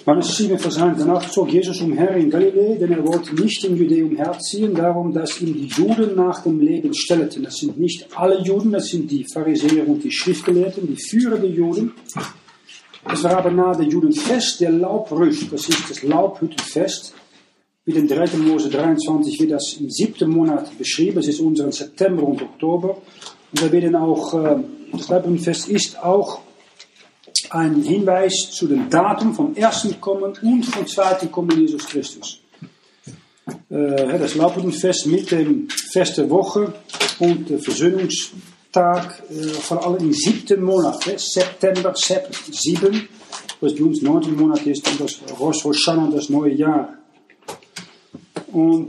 Johannes 7, Vers 1. Danach zog Jesus umher in Galiläa, denn er wollte nicht in Judäa umherziehen, darum, dass ihm die Juden nach dem Leben stellten. Das sind nicht alle Juden, das sind die Pharisäer und die Schriftgelehrten, die Führer der Juden. Es war aber nahe der Judenfest der Laubrüst, das ist das Laubhüttenfest. Mit dem 3. Mose 23 wird das im 7. Monat beschrieben, es ist unseren September und Oktober. Und da werden auch, das Laubhüttenfest ist auch ein Hinweis zu dem Datum vom ersten Kommen und vom zweiten Kommen Jesus Christus. Das Laubhüttenfest mit dem Fest der Woche und der Versöhnungstag, vor allem im 7. Monat, September, Sept 7, was bei uns 9. Monat ist, und das Rosh Hashanah, das neue Jahr. Und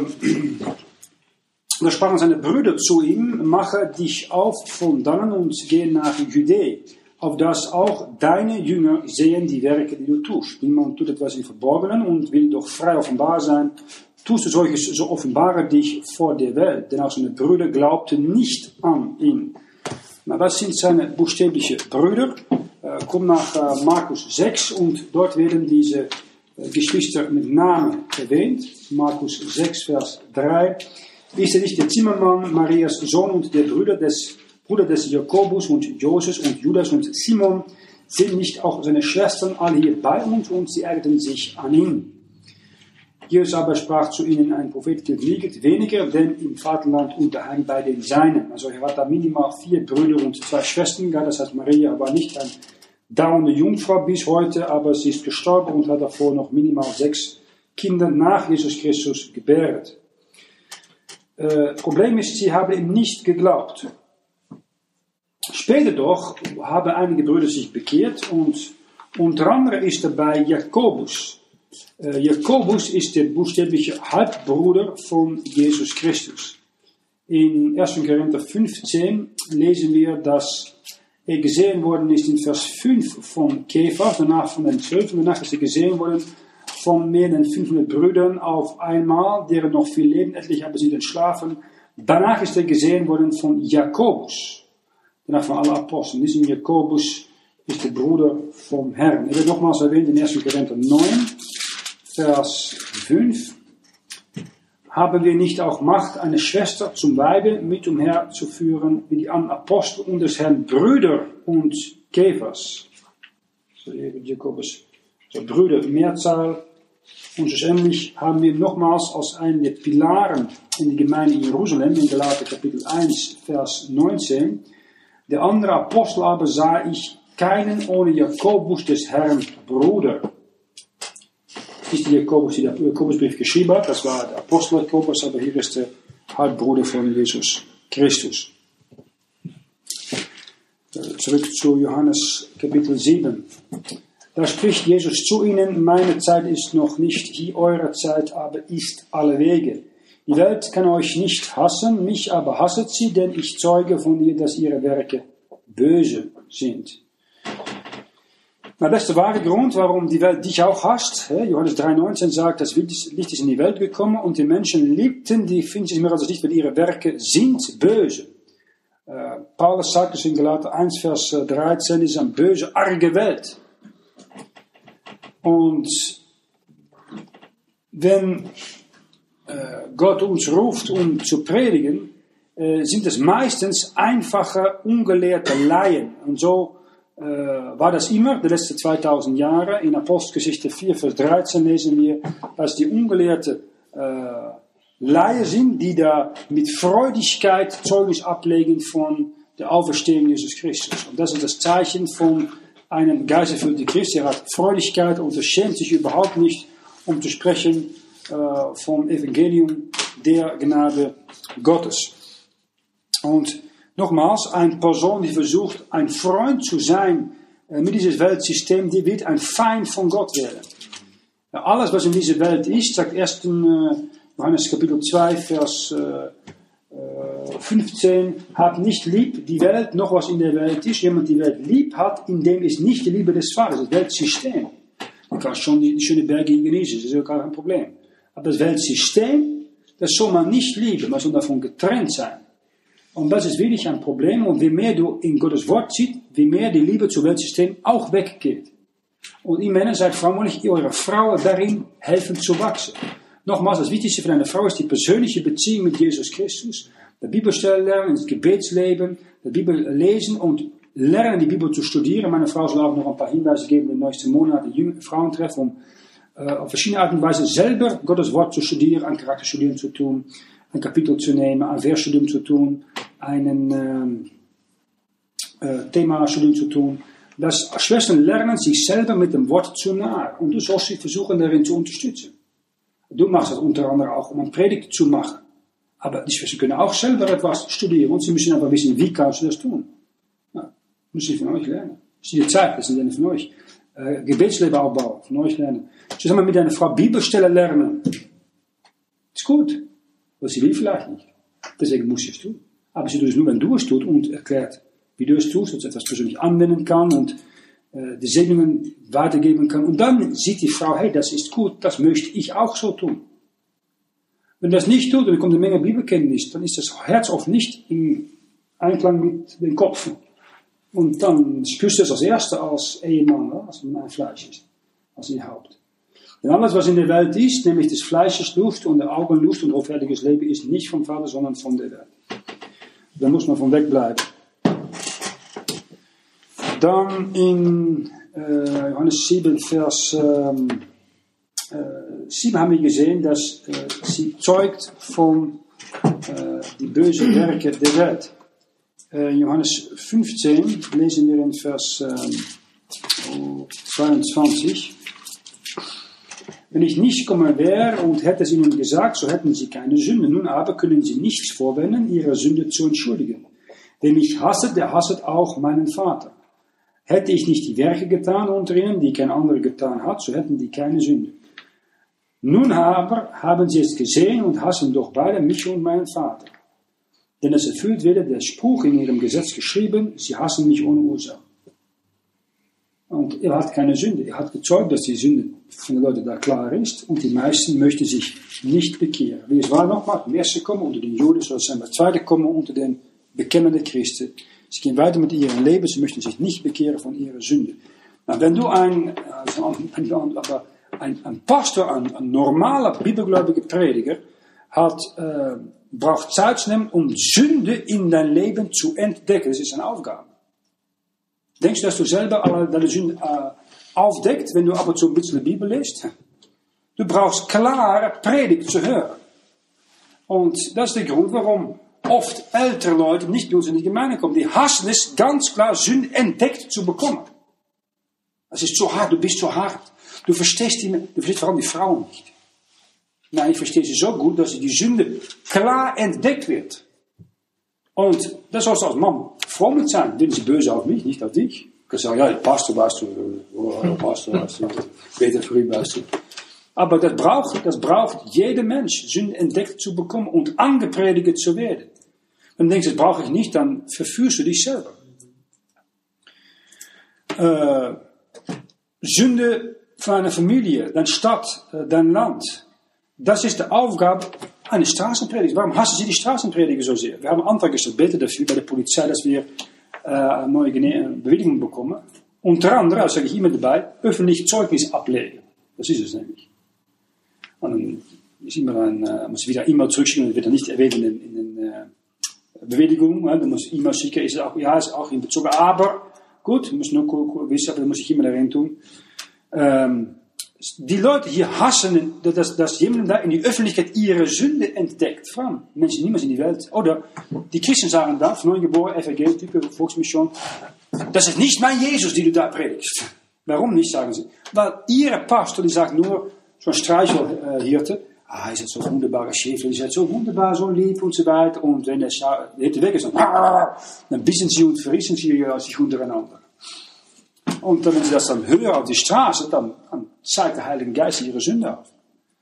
da sprachen seine Brüder zu ihm: Mache dich auf von dannen und geh nach Judäa, auf dass auch deine Jünger sehen die Werke, die du tust. Niemand tut etwas im Verborgenen und will doch frei offenbar sein. Tust du solches, so offenbare dich vor der Welt. Denn auch seine Brüder glaubten nicht an ihn. Na, das sind seine buchstäblichen Brüder. Komm nach Markus 6 und dort werden diese Geschwister mit Namen erwähnt. Markus 6, Vers 3. Ist er nicht der Zimmermann, Marias Sohn und der Bruder des Jakobus und Joses und Judas und Simon? Sind nicht auch seine Schwestern alle hier bei uns? Und sie ärgerten sich an ihn. Jesus aber sprach zu ihnen: Ein Prophet liegt weniger, denn im Vaterland und daheim bei den Seinen. Also er hat da minimal 4 Brüder und 2 Schwestern. Das heißt, Maria war nicht eine dauernde Jungfrau bis heute, aber sie ist gestorben und hat davor noch minimal 6 Kinder nach Jesus Christus gebärt. Problem ist, sie haben ihm nicht geglaubt. Später doch haben einige Brüder sich bekehrt und unter anderem ist dabei Jakobus. Jakobus ist der buchstäbliche Halbbruder von Jesus Christus. In 1. Korinther 15 lesen wir, dass er gesehen worden ist in Vers 5 von Kephas, danach von den 12, und danach ist er gesehen worden von mehr als 500 Brüdern auf einmal, deren noch viel leben, etliche aber sind entschlafen. Danach ist er gesehen worden von Jakobus, danach von allen Aposteln. Dieser Jakobus ist der Bruder vom Herrn. Er wird nochmals erwähnt in 1. Korinther 9, Vers 5. Haben wir nicht auch Macht, eine Schwester zum Weibe mit umherzuführen, wie die anderen Apostel und des Herrn Brüder und Kephas? So Jakobus, so Brüder, Mehrzahl. Und schlussendlich haben wir nochmals als einen der Pilaren in die Gemeinde in Jerusalem, in Galater Kapitel 1, Vers 19. Der andere Apostel aber sah ich keinen ohne Jakobus des Herrn Bruder. Nicht der Jakobus, der Jakobusbrief geschrieben hat, das war der Apostel Jakobus, aber hier ist der Halbbruder von Jesus Christus. Zurück zu Johannes Kapitel 7. Da spricht Jesus zu ihnen: Meine Zeit ist noch nicht hier, eure Zeit aber ist allewege. Die Welt kann euch nicht hassen, mich aber hasset sie, denn ich zeuge von ihr, dass ihre Werke böse sind. Na, das ist der wahre Grund, warum die Welt dich auch hasst. Johannes 3,19 sagt, das Licht ist in die Welt gekommen und die Menschen liebten die Finsternis mehr als das Licht, weil ihre Werke sind böse. Paulus sagt es in Galater 1, Vers 13, es ist eine böse, arge Welt. Und wenn Gott uns ruft, um zu predigen, sind es meistens einfache, ungelehrte Laien. Und so war das immer, die letzten 2000 Jahre. In Apostelgeschichte 4, Vers 13 lesen wir, dass die ungelehrte Laien sind, die da mit Freudigkeit Zeugnis ablegen von der Auferstehung Jesus Christus. Und das ist das Zeichen von einem geisterfüllten Christ. Er hat Freudigkeit und er schämt sich überhaupt nicht, um zu sprechen vom Evangelium der Gnade Gottes. Und nochmals, eine Person, die versucht, ein Freund zu sein mit diesem Weltsystem, die wird ein Feind von Gott werden. Alles, was in dieser Welt ist, sagt 1. Johannes Kapitel 2, Vers 15, hat nicht lieb die Welt, noch was in der Welt ist. Jemand die Welt lieb hat, in dem ist nicht die Liebe des Vaters, das Weltsystem. Du kannst schon die schönen Berge genießen, das ist ja gar kein Problem. Aber das Weltsystem, das soll man nicht lieben, man soll davon getrennt sein. Und das ist wirklich ein Problem. Und wie mehr du in Gottes Wort siehst, wie mehr die Liebe zum Weltsystem auch weggeht. Und ihr Männer seid verantwortlich, eure Frauen darin helfen zu wachsen. Nochmals, das Wichtigste für eine Frau ist die persönliche Beziehung mit Jesus Christus. Die Bibelstelle lernen, das Gebetsleben, die Bibel lesen und lernen, die Bibel zu studieren. Meine Frau soll auch noch ein paar Hinweise geben in den nächsten Monaten, die Frauentreffen, um auf verschiedene Art und Weise selber Gottes Wort zu studieren, ein Charakterstudium zu tun, ein Kapitel zu nehmen, ein Versstudium zu tun, einen Themastudium zu tun. Dass Schwestern lernen, sich selber mit dem Wort zu nahen. Und du sollst sie versuchen, darin zu unterstützen. Du machst das unter anderem auch, um eine Predigt zu machen. Aber die Schwestern können auch selber etwas studieren. Und sie müssen aber wissen, wie kannst du das tun. Ja, müssen sie von euch lernen. Das ist die Zeit, das sind von euch. Gebetsleben aufbauen, von euch lernen. Zusammen mit einer Frau Bibelstelle lernen. Ist gut. Aber sie will vielleicht nicht. Deswegen muss sie es tun. Aber sie tut es nur, wenn du es tust und erklärt, wie du es tust, dass sie etwas persönlich anwenden kann und die Segnungen weitergeben kann. Und dann sieht die Frau, hey, das ist gut, das möchte ich auch so tun. Wenn das nicht tut, und dann kommt eine Menge Bibelkenntnis, dann ist das Herz oft nicht im Einklang mit dem Kopf. Und dann spürst du es als Erste als Ehemann, als mein Fleisch ist, als ihr Haupt. Denn alles, was in der Welt ist, nämlich des Fleisches Lust und der Augenlust und hoffärtiges Leben, ist nicht vom Vater, sondern von der Welt. Da muss man von wegbleiben. Dann in Johannes 7, Vers 7 haben wir gesehen, dass sie zeugt von die bösen Werke der Welt. In Johannes 15 lesen wir in Vers 22. Wenn ich nicht gekommen wäre und hätte es ihnen gesagt, so hätten sie keine Sünde. Nun aber können sie nichts vorwenden, ihre Sünde zu entschuldigen. Wer mich hasset, der hasset auch meinen Vater. Hätte ich nicht die Werke getan unter ihnen, die kein anderer getan hat, so hätten die keine Sünde. Nun aber haben sie es gesehen und hassen doch beide mich und meinen Vater. Denn es erfüllt wird der Spruch in ihrem Gesetz geschrieben, sie hassen mich ohne Ursache. Und er hat keine Sünde. Er hat gezeugt, dass die Sünde von den Leuten da klar ist. Und die meisten möchten sich nicht bekehren. Wie es war nochmal, im ersten kommen unter den Juden, soll es sein, beim zweiten kommen unter den bekennenden Christen. Sie gehen weiter mit ihrem Leben, sie möchten sich nicht bekehren von ihrer Sünde. Na, wenn du ein Pastor, ein normaler bibelgläubiger Prediger, braucht Zeit zu nehmen, um Sünde in dein Leben zu entdecken. Das ist eine Aufgabe. Denkst du, dass du selber alle deine Sünde aufdeckt, wenn du ab und zu ein bisschen die Bibel liest? Du brauchst klare Predigt zu hören. Und das ist der Grund, warum oft ältere Leute nicht bei uns in die Gemeinde kommen. Die hassen es, ganz klar Sünde entdeckt zu bekommen. Es ist zu hart, du bist zu hart. Du verstehst vor allem die Frauen nicht. Nein, ich verstehe sie so gut, dass die Sünde klar entdeckt wird. Und das sollst du als Mann froh mit sein. Denn sie böse auf mich, nicht auf dich. Ich kann sagen, ja, Pastor warst du, Pastor warst du, Peter Früh warst du. Aber das braucht jeder Mensch, Sünde entdeckt zu bekommen und angepredigt zu werden. Wenn du denkst, das brauche ich nicht, dann verführst du dich selber. Sünde für eine Familie, deine Stadt, dein Land. Das ist die Aufgabe eines Straßenprediger. Warum hassen sie die Straßenprediger so sehr? Wir haben einen Antrag gestellt, beter dafür bei der Polizei, dass wir eine neue Bewilligung bekommen. Unter anderem, da sage ich immer dabei, öffentlich Zeugnis ablegen. Das ist es nämlich. Und dann ist immer muss wieder E-Mail zurückschicken, das wird dann nicht erwähnt in den Bewilligung. Dann muss E-Mail schicken, ist auch, ja, ist auch in Bezug. Aber, gut, muss nur wissen, aber dann muss ich immer darin tun. Die Leute hier hassen, dass jemand da in die Öffentlichkeit ihre Sünde entdeckt. Frauen, Menschen niemals in die Welt. Oder die Christen sagen da, von neugeboren, FRG-Type, Volksmission, das ist nicht mein Jesus, die du da predigst. Warum nicht, sagen sie. Weil ihre Pastor, die sagt nur, so ein Streichelhirte, ist het so ein wunderbarer Schäfer, die ist so wunderbar, so lieb und so weiter. Und wenn der Hirte weg ist, dann bissen sie und verrissen sie sich untereinander. Und wenn sie das dann hören auf die Straße, dann zeigt der Heilige Geist ihre Sünde auf.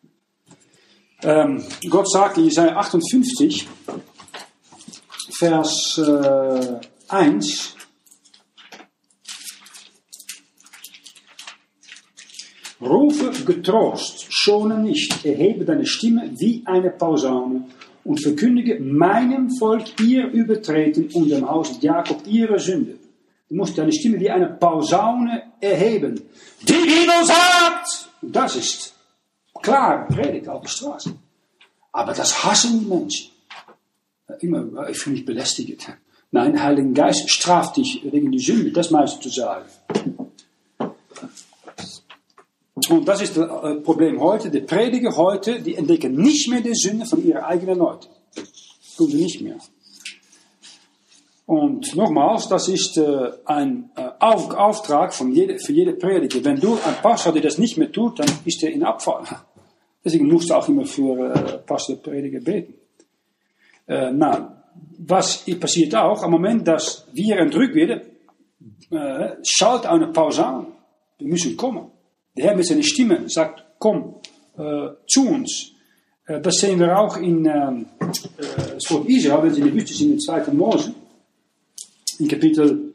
Gott sagt in Jesaja 58, Vers 1, Rufe getrost, schone nicht, erhebe deine Stimme wie eine Posaune und verkündige meinem Volk ihr Übertreten und dem Haus Jakob ihre Sünde. Du musst deine Stimme wie eine Posaune erheben. Die Bibel sagt, das ist klar, Predigt auf der Straße. Aber das hassen die Menschen. Immer, ich fühle mich belästigt. Nein, der Heilige Geist straft dich wegen der Sünde, das meinst du zu sagen. Und das ist das Problem heute. Die Prediger heute, die entdecken nicht mehr die Sünde von ihren eigenen Leuten. Tun sie nicht mehr. Und nochmals, das ist ein Auftrag für jede Prediger. Wenn du ein Pastor, der das nicht mehr tut, dann ist er in Abfall. Deswegen musst du auch immer für Pastor-Prediger beten. Was passiert auch, am Moment, dass wir entrückt werden, schallt eine Pausane. Wir müssen kommen. Der Herr mit seiner Stimme sagt, komm zu uns. Das sehen wir auch in das Volk Israel, wenn sie in der Wüste sind, in 2. Mose, in Kapitel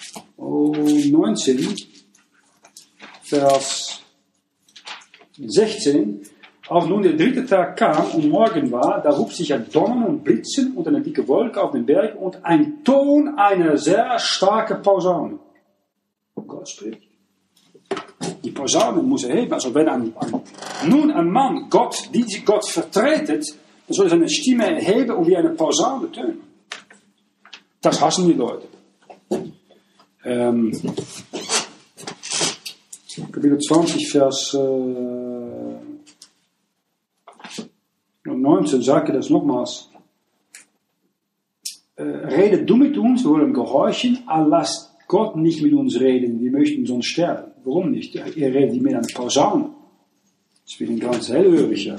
19, Vers 16. Als nun der 3. Tag kam und Morgen war, da hob sich ein Donnern und Blitzen und eine dicke Wolke auf den Berg und ein Ton einer sehr starken Posaune. Gott spricht. Die Posaune muss erheben. Also wenn nun ein Mann die Gott vertretet, dann soll er seine Stimme erheben und wie eine Posaune tönen. Das hassen die Leute. Kapitel 20, Vers 19 sagt er das nochmals. Redet du mit uns, wir wollen gehorchen, aber lasst Gott nicht mit uns reden, wir möchten sonst sterben. Warum nicht? Er redet mit einer Posaune. Das wird ein ganz hellhöriger.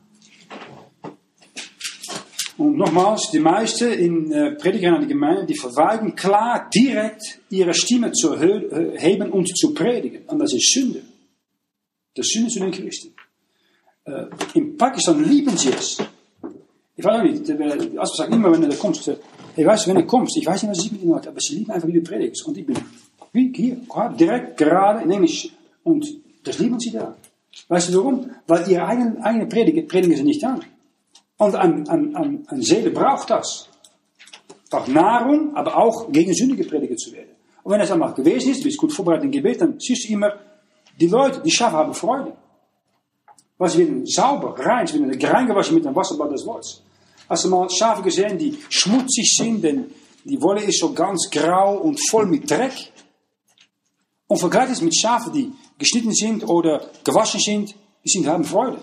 Und nochmals, die meisten in Prediger an der Gemeinde, die verweigern klar direkt ihre Stimme zu erheben und zu predigen. Und das ist Sünde. Das ist Sünde zu den Christen. In Pakistan lieben sie es. Ich weiß auch nicht, als wir sagen immer, wenn du kommst, hey, weißt du, wenn du kommst, ich weiß nicht, was ich mit ihnen mache, aber sie lieben einfach, wie du predigst. Und ich bin hier, direkt, gerade in Englisch. Und das lieben sie da. Weißt du warum? Weil ihre eigene predigen sie nicht an. Und eine Seele braucht das. Braucht Nahrung, aber auch gegen Sünde gepredigt zu werden. Und wenn das einmal gewesen ist, du bist gut vorbereitet im Gebet, dann siehst du immer, die Leute, die Schafe haben Freude. Weil sie werden sauber, rein, sie werden reingewaschen mit dem Wasserbad des Wortes. Hast du mal Schafe gesehen, die schmutzig sind, denn die Wolle ist so ganz grau und voll mit Dreck. Und vergleicht es mit Schafen, die geschnitten sind oder gewaschen sind, die haben Freude.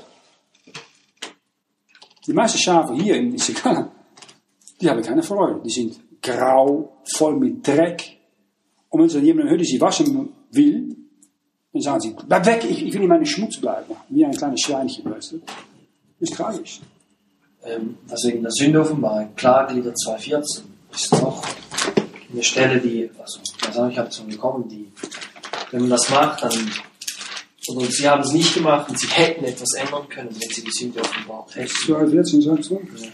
Die meisten Schafe hier in Sekala, die haben keine Freude. Die sind grau, voll mit Dreck. Und wenn dann jemand hört, sie waschen will, dann sagen sie, bleib weg, ich will in meinem Schmutz bleiben. Wie ein kleines Schweinchen, weißt du. Das ist tragisch. Wegen der Sünde offenbar, Klagelieder 2,14 ist auch eine Stelle, die, ich habe schon gekommen, die, wenn man das macht, dann, und sie haben es nicht gemacht und sie hätten etwas ändern können, wenn sie die Sünde offenbart hätten. 2,14 sagst du? Ja.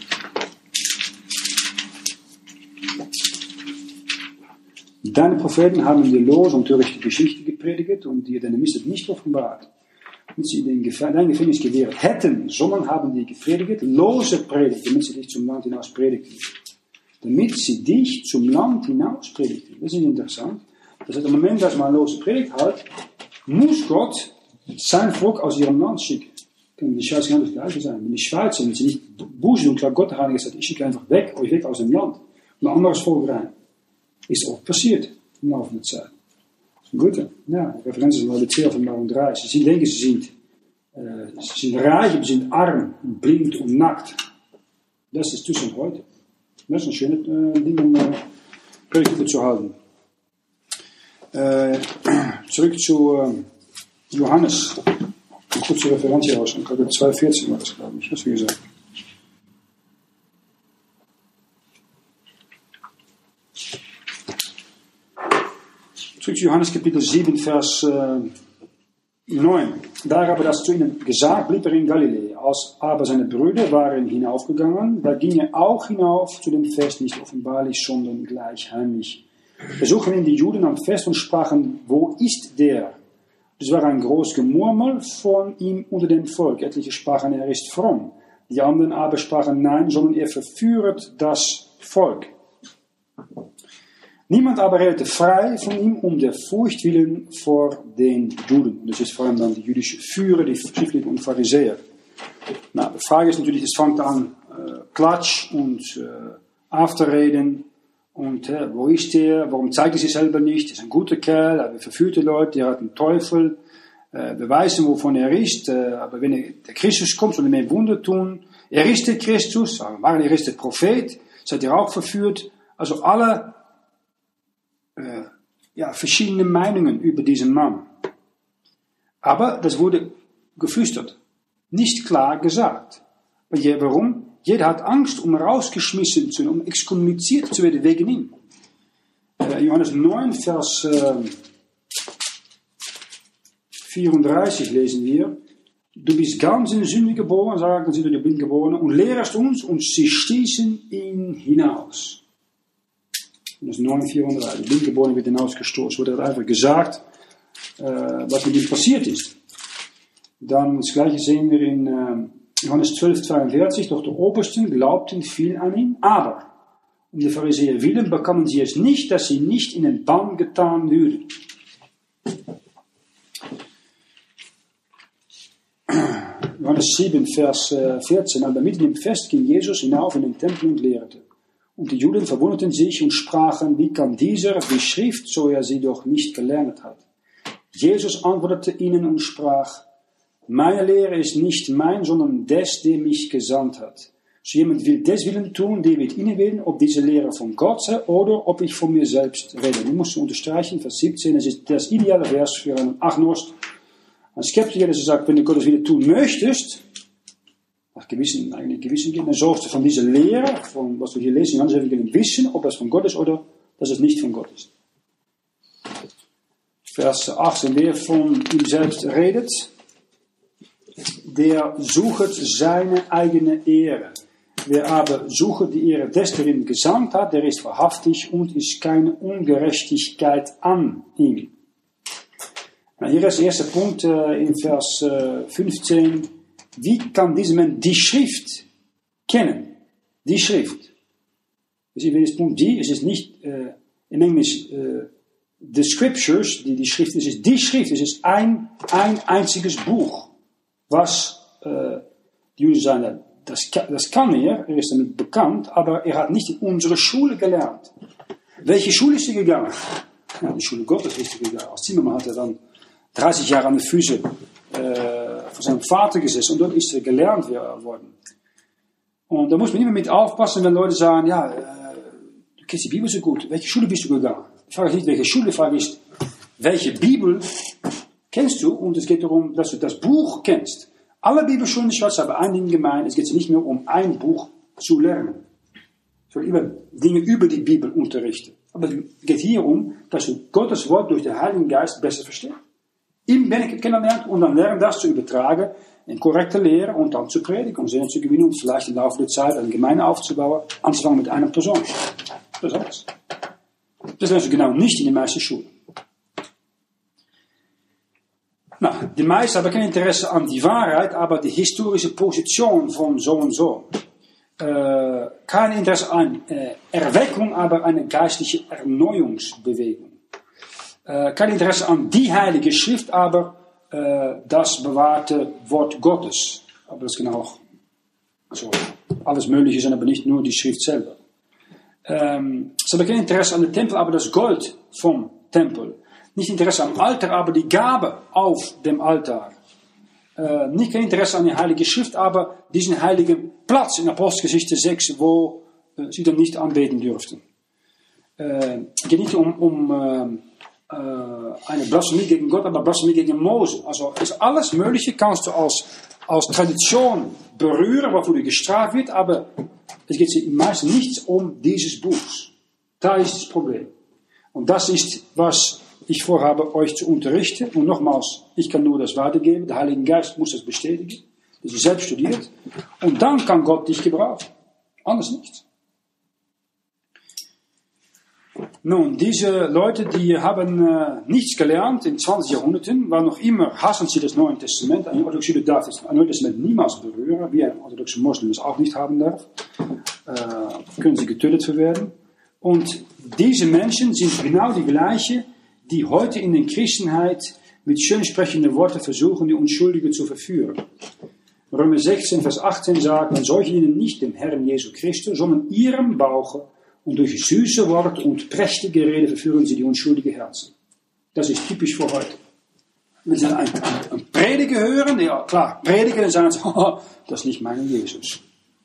Deine Propheten haben dir lose und törichte Geschichte gepredigt und dir deine Misset nicht offenbart. Und sie dein Gefängnis gewehrt hätten, sondern haben die gepredigt, lose Predigt, damit sie dich zum Land hinaus predigten. Damit sie dich zum Land hinaus predigten. Das ist interessant. Das heißt, im Moment, dass man lose Predigt hat, muss Gott sein Volk aus ihrem Land schicken. Können die Schweiz gar nicht das Gleiche sein. Wenn die Schweizer, wenn sie nicht bußen und klar Gott hat gesagt, ich schicke einfach euch weg aus dem Land. Und ein anderes Volk rein. Ist oft passiert im Laufe der Zeit. Gut, ja, Referenzen sind alle 2 Offenbarung 3. Sie denken, sie sind reich, aber sie sind arm, blind und nackt. Das ist Zustand heute. Das ist ein schönes Ding, um Predigt zu halten. Zurück zu Johannes. Eine kurze Referenz hier aus. Kapitel 2,14 war das, glaube ich. Was wie gesagt. Zurück zu Johannes Kapitel 7, Vers 9. Da aber das zu ihnen gesagt, blieb er in Galiläa. Als aber seine Brüder waren hinaufgegangen, da ging er auch hinauf zu dem Fest, nicht offenbarlich, sondern gleich heimlich. Besuchen ihn die Juden am Fest und sprachen, wo ist der? Es war ein großes Gemurmel von ihm unter dem Volk. Etliche sprachen, er ist fromm. Die anderen aber sprachen, nein, sondern er verführet das Volk. Niemand aber redete frei von ihm der Furcht willen vor den Juden. Das ist vor allem dann die jüdischen Führer, die Schriftgelehrten und Pharisäer. Nou, die Frage ist natürlich, es fängt an, Klatsch und Afterreden. Und wo ist der? Warum zeigt er sich selber nicht? Er ist ein guter Kerl, er verführt die Leute, er hat einen Teufel. Wir wissen, wovon er ist, aber wenn der Christus kommt, soll er mehr Wunder tun. Er ist der Christus, aber er ist der Prophet, seid ihr auch verführt. Also alle verschiedene Meinungen über diesen Mann. Aber das wurde geflüstert, nicht klar gesagt. Warum? Jeder hat Angst, um rausgeschmissen zu werden, um exkommuniziert zu werden wegen ihm. Johannes 9, Vers 34 lesen wir. Du bist ganz in Sünde geboren, sagen sie, du bist geboren, und lehrst uns, und sie stießen ihn hinaus. Das ist 9, 34. Du bist geboren, wird hinausgestoßen. Wurde einfach gesagt, was mit ihm passiert ist. Dann das gleiche sehen wir in Johannes 12, 42. Doch die Obersten glaubten viel an ihn, aber um die Pharisäer willen bekamen sie es nicht, dass sie nicht in den Bann getan würden. Johannes 7, Vers 14. Aber mitten im Fest ging Jesus hinauf in den Tempel und lehrte. Und die Juden verwunderten sich und sprachen, wie kann dieser die Schrift, so er sie doch nicht gelernt hat? Jesus antwortete ihnen und sprach, meine Lehre ist nicht mein, sondern des, der mich gesandt hat. So jemand will deswillen tun, der wird innewählen, ob diese Lehre von Gott sei oder ob ich von mir selbst rede. Du musst unterstreichen, Vers 17, das ist das ideale Vers für einen Agnost, ein Skeptiker, der sagt, wenn du Gottes Wille tun möchtest, nach gewissen Gehen, dann sollst du von dieser Lehre, von was du hier lesen, ganz eventuell wissen, ob das von Gott ist oder dass es nicht von Gott ist. Vers 18, wer von ihm selbst redet, der sucht seine eigene Ehre. Wer aber sucht die Ehre des, der ihn gesandt hat, der ist wahrhaftig und ist keine Ungerechtigkeit an ihm. Nou, hier ist der erste Punkt in Vers 15. Wie kann dieser Mensch die Schrift kennen? Die Schrift. Dus hier ist Punkt die, es ist nicht in Englisch the Scriptures, die Schrift, es ist die Schrift, es ist ein einziges Buch. Was die Juden sagen, das kann er ist damit bekannt, aber er hat nicht in unserer Schule gelernt. Welche Schule ist er gegangen? Ja, die Schule Gottes ist er gegangen. Als Zimmermann hat er dann 30 Jahre an den Füßen von seinem Vater gesessen und dort ist er gelernt worden. Und da muss man immer mit aufpassen, wenn Leute sagen, ja, du kennst die Bibel so gut, welche Schule bist du gegangen? Die Frage ist nicht, welche Schule, die Frage ist, welche Bibel kennst du? Und es geht darum, dass du das Buch kennst. Alle Bibelschulen in der Schweiz haben ein Ding gemein, es geht nicht mehr um ein Buch zu lernen. Ich will immer Dinge über die Bibel unterrichten. Aber es geht hier um, dass du Gottes Wort durch den Heiligen Geist besser verstehst. Ihm kennenlernt und dann lernen, das zu übertragen, in korrekte Lehre und dann zu predigen, um Sinn zu gewinnen und vielleicht im Laufe der Zeit eine Gemeinde aufzubauen, anzufangen mit einer Person. Das ist alles. Das lernst du genau nicht in den meisten Schulen. Nou, die meisten haben kein Interesse an die Wahrheit, aber die historische Position von so und so. Kein Interesse an Erweckung, aber eine geistliche Erneuungsbewegung. Kein Interesse an die Heilige Schrift, aber das bewahrte Wort Gottes. Aber das kann auch alles Mögliche sein, aber nicht nur die Schrift selber. Sie haben kein Interesse an dem Tempel, aber das Gold vom Tempel. Nicht Interesse am Altar, aber die Gabe auf dem Altar. Nicht kein Interesse an der Heiligen Schrift, aber diesen heiligen Platz in Apostelgeschichte 6, wo sie dann nicht anbeten dürften. Es geht nicht um eine Blasphemie gegen Gott, aber Blasphemie gegen Mose. Also ist alles Mögliche, kannst du als Tradition berühren, wofür du gestraft wird, aber es geht meistens nichts um dieses Buch. Da ist das Problem. Und das ist, was ich vorhabe, euch zu unterrichten. Und nochmals, ich kann nur das weitergeben. Der Heilige Geist muss das bestätigen. Das ist selbst studiert. Und dann kann Gott dich gebrauchen. Anders nicht. Nun, diese Leute, die haben nichts gelernt in 20 Jahrhunderten, weil noch immer hassen sie das Neue Testament. Ein orthodoxer darf das Neue Testament niemals berühren, wie ein orthodoxer Moslem es auch nicht haben darf. Können sie getötet werden. Und diese Menschen sind genau die gleichen, die heute in der Christenheit mit schön sprechenden Worten versuchen, die Unschuldigen zu verführen. Römer 16, Vers 18 sagt, man soll ihnen nicht dem Herrn Jesu Christus, sondern ihrem Bauche und durch süße Worte und prächtige Rede verführen sie die unschuldigen Herzen. Das ist typisch für heute. Wenn sie einen Prediger hören, ja klar, Prediger, dann sagen sie, oh, das ist nicht mein Jesus.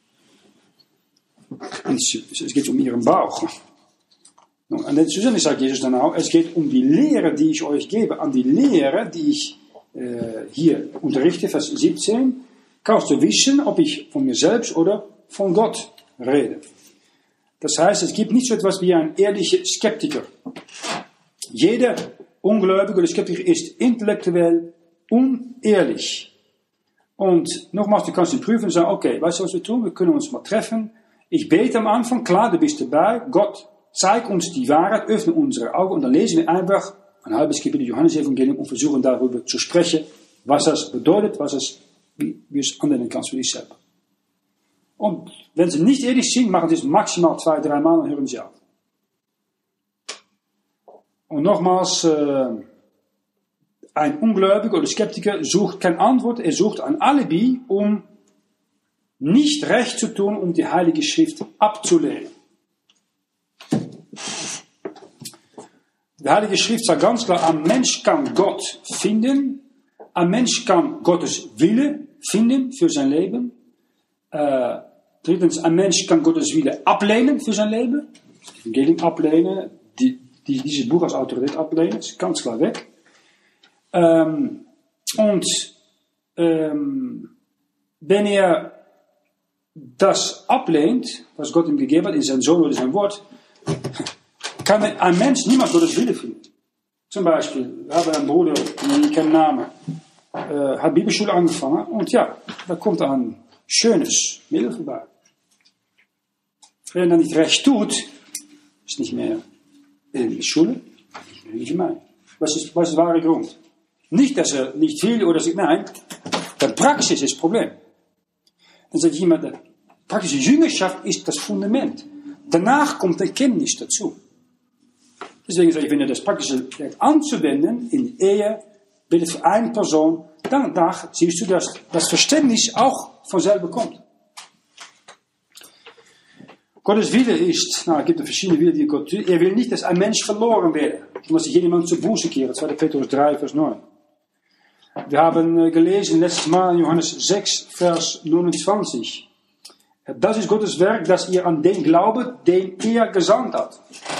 Es geht um ihren Bauch. Und dann sagt Jesus dann auch, es geht um die Lehre, die ich euch gebe. An die Lehre, die ich hier unterrichte, Vers 17, kannst du wissen, ob ich von mir selbst oder von Gott rede. Das heißt, es gibt nicht so etwas wie ein ehrlicher Skeptiker. Jeder Ungläubige oder Skeptiker ist intellektuell unehrlich. Und nochmals, du kannst ihn prüfen und sagen, okay, weißt du, was wir tun? Wir können uns mal treffen. Ich bete am Anfang, klar, du bist dabei. Gott, zeig uns die Wahrheit, öffne unsere Augen und dann lesen wir einfach ein halbes Kapitel Johannes-Evangelium und versuchen darüber zu sprechen, was das bedeutet, wie es anwenden kannst für dich selber. Und wenn sie nicht ehrlich sind, machen sie es maximal 2-3 Mal und hören sie auf. Und nochmals, ein Ungläubiger oder Skeptiker sucht keine Antwort, er sucht ein Alibi, um nicht recht zu tun, um die Heilige Schrift abzulehnen. Die Heilige Schrift sagt ganz klar, ein Mensch kann Gott finden, ein Mensch kann Gottes Wille finden für sein Leben. Drittens, ein Mensch kann Gottes Wille ablehnen für sein Leben. Das Evangelium ablehnen, dieses Buch als Autorität ablehnen, ist ganz klar weg. Wenn er das ablehnt, was Gott ihm gegeben hat, in sein Sohn oder sein Wort, kann ein Mensch niemals Gottes Wille finden. Zum Beispiel, wir haben einen Bruder, ich kenne den Namen, hat Bibelschule angefangen und ja, da kommt ein schönes Mädel vorbei. Wenn er dann nicht recht tut, ist nicht mehr in die Schule, nicht gemein. Was ist der wahre Grund? Nicht, dass er nicht will oder sagt, nein, die Praxis ist das Problem. Dann sagt jemand, die praktische Jüngerschaft ist das Fundament. Danach kommt die Kenntnis dazu. Deswegen sage ich, wenn er das Praktische anzuwenden in der Ehe, bitte für eine Person, danach siehst du, dass das Verständnis auch von selber kommt. Gottes Wille ist, es gibt verschiedene Wille, die Gott tut. Er will nicht, dass ein Mensch verloren werde, sondern dass sich jemand zur Buße kehrt. 2. Petrus 3, Vers 9. Wir haben gelesen letztes Mal in Johannes 6, Vers 29. Das ist Gottes Werk, dass ihr an den glaubet, den er gesandt hat.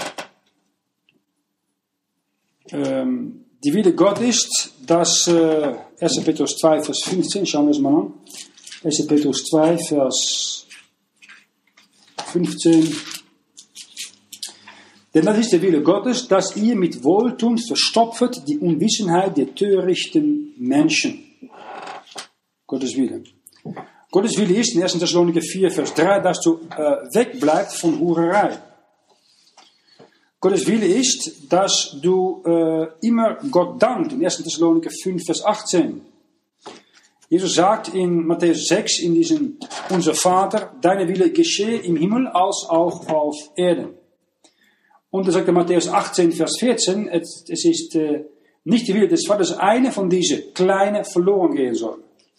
Die Wille Gott ist, dass 1. Petrus 2, Vers 15, schauen wir es mal an. 1. Petrus 2, Vers 15. Denn das ist der Wille Gottes, dass ihr mit Wohltun verstopft die Unwissenheit der törichten Menschen. Gottes Wille. Gottes Wille ist in 1. Thessaloniker 4, Vers 3, dass du wegbleibst von Hurerei. Gottes Wille ist, dass du immer Gott dankt. In 1. Thessaloniker 5, Vers 18. Jesus sagt in Matthäus 6, in diesem Unser Vater, deine Wille geschehe im Himmel als auch auf Erden. Und dann sagt er Matthäus 18, Vers 14, es ist nicht die Wille des Vaters, eine von diesen Kleinen verloren gehen soll.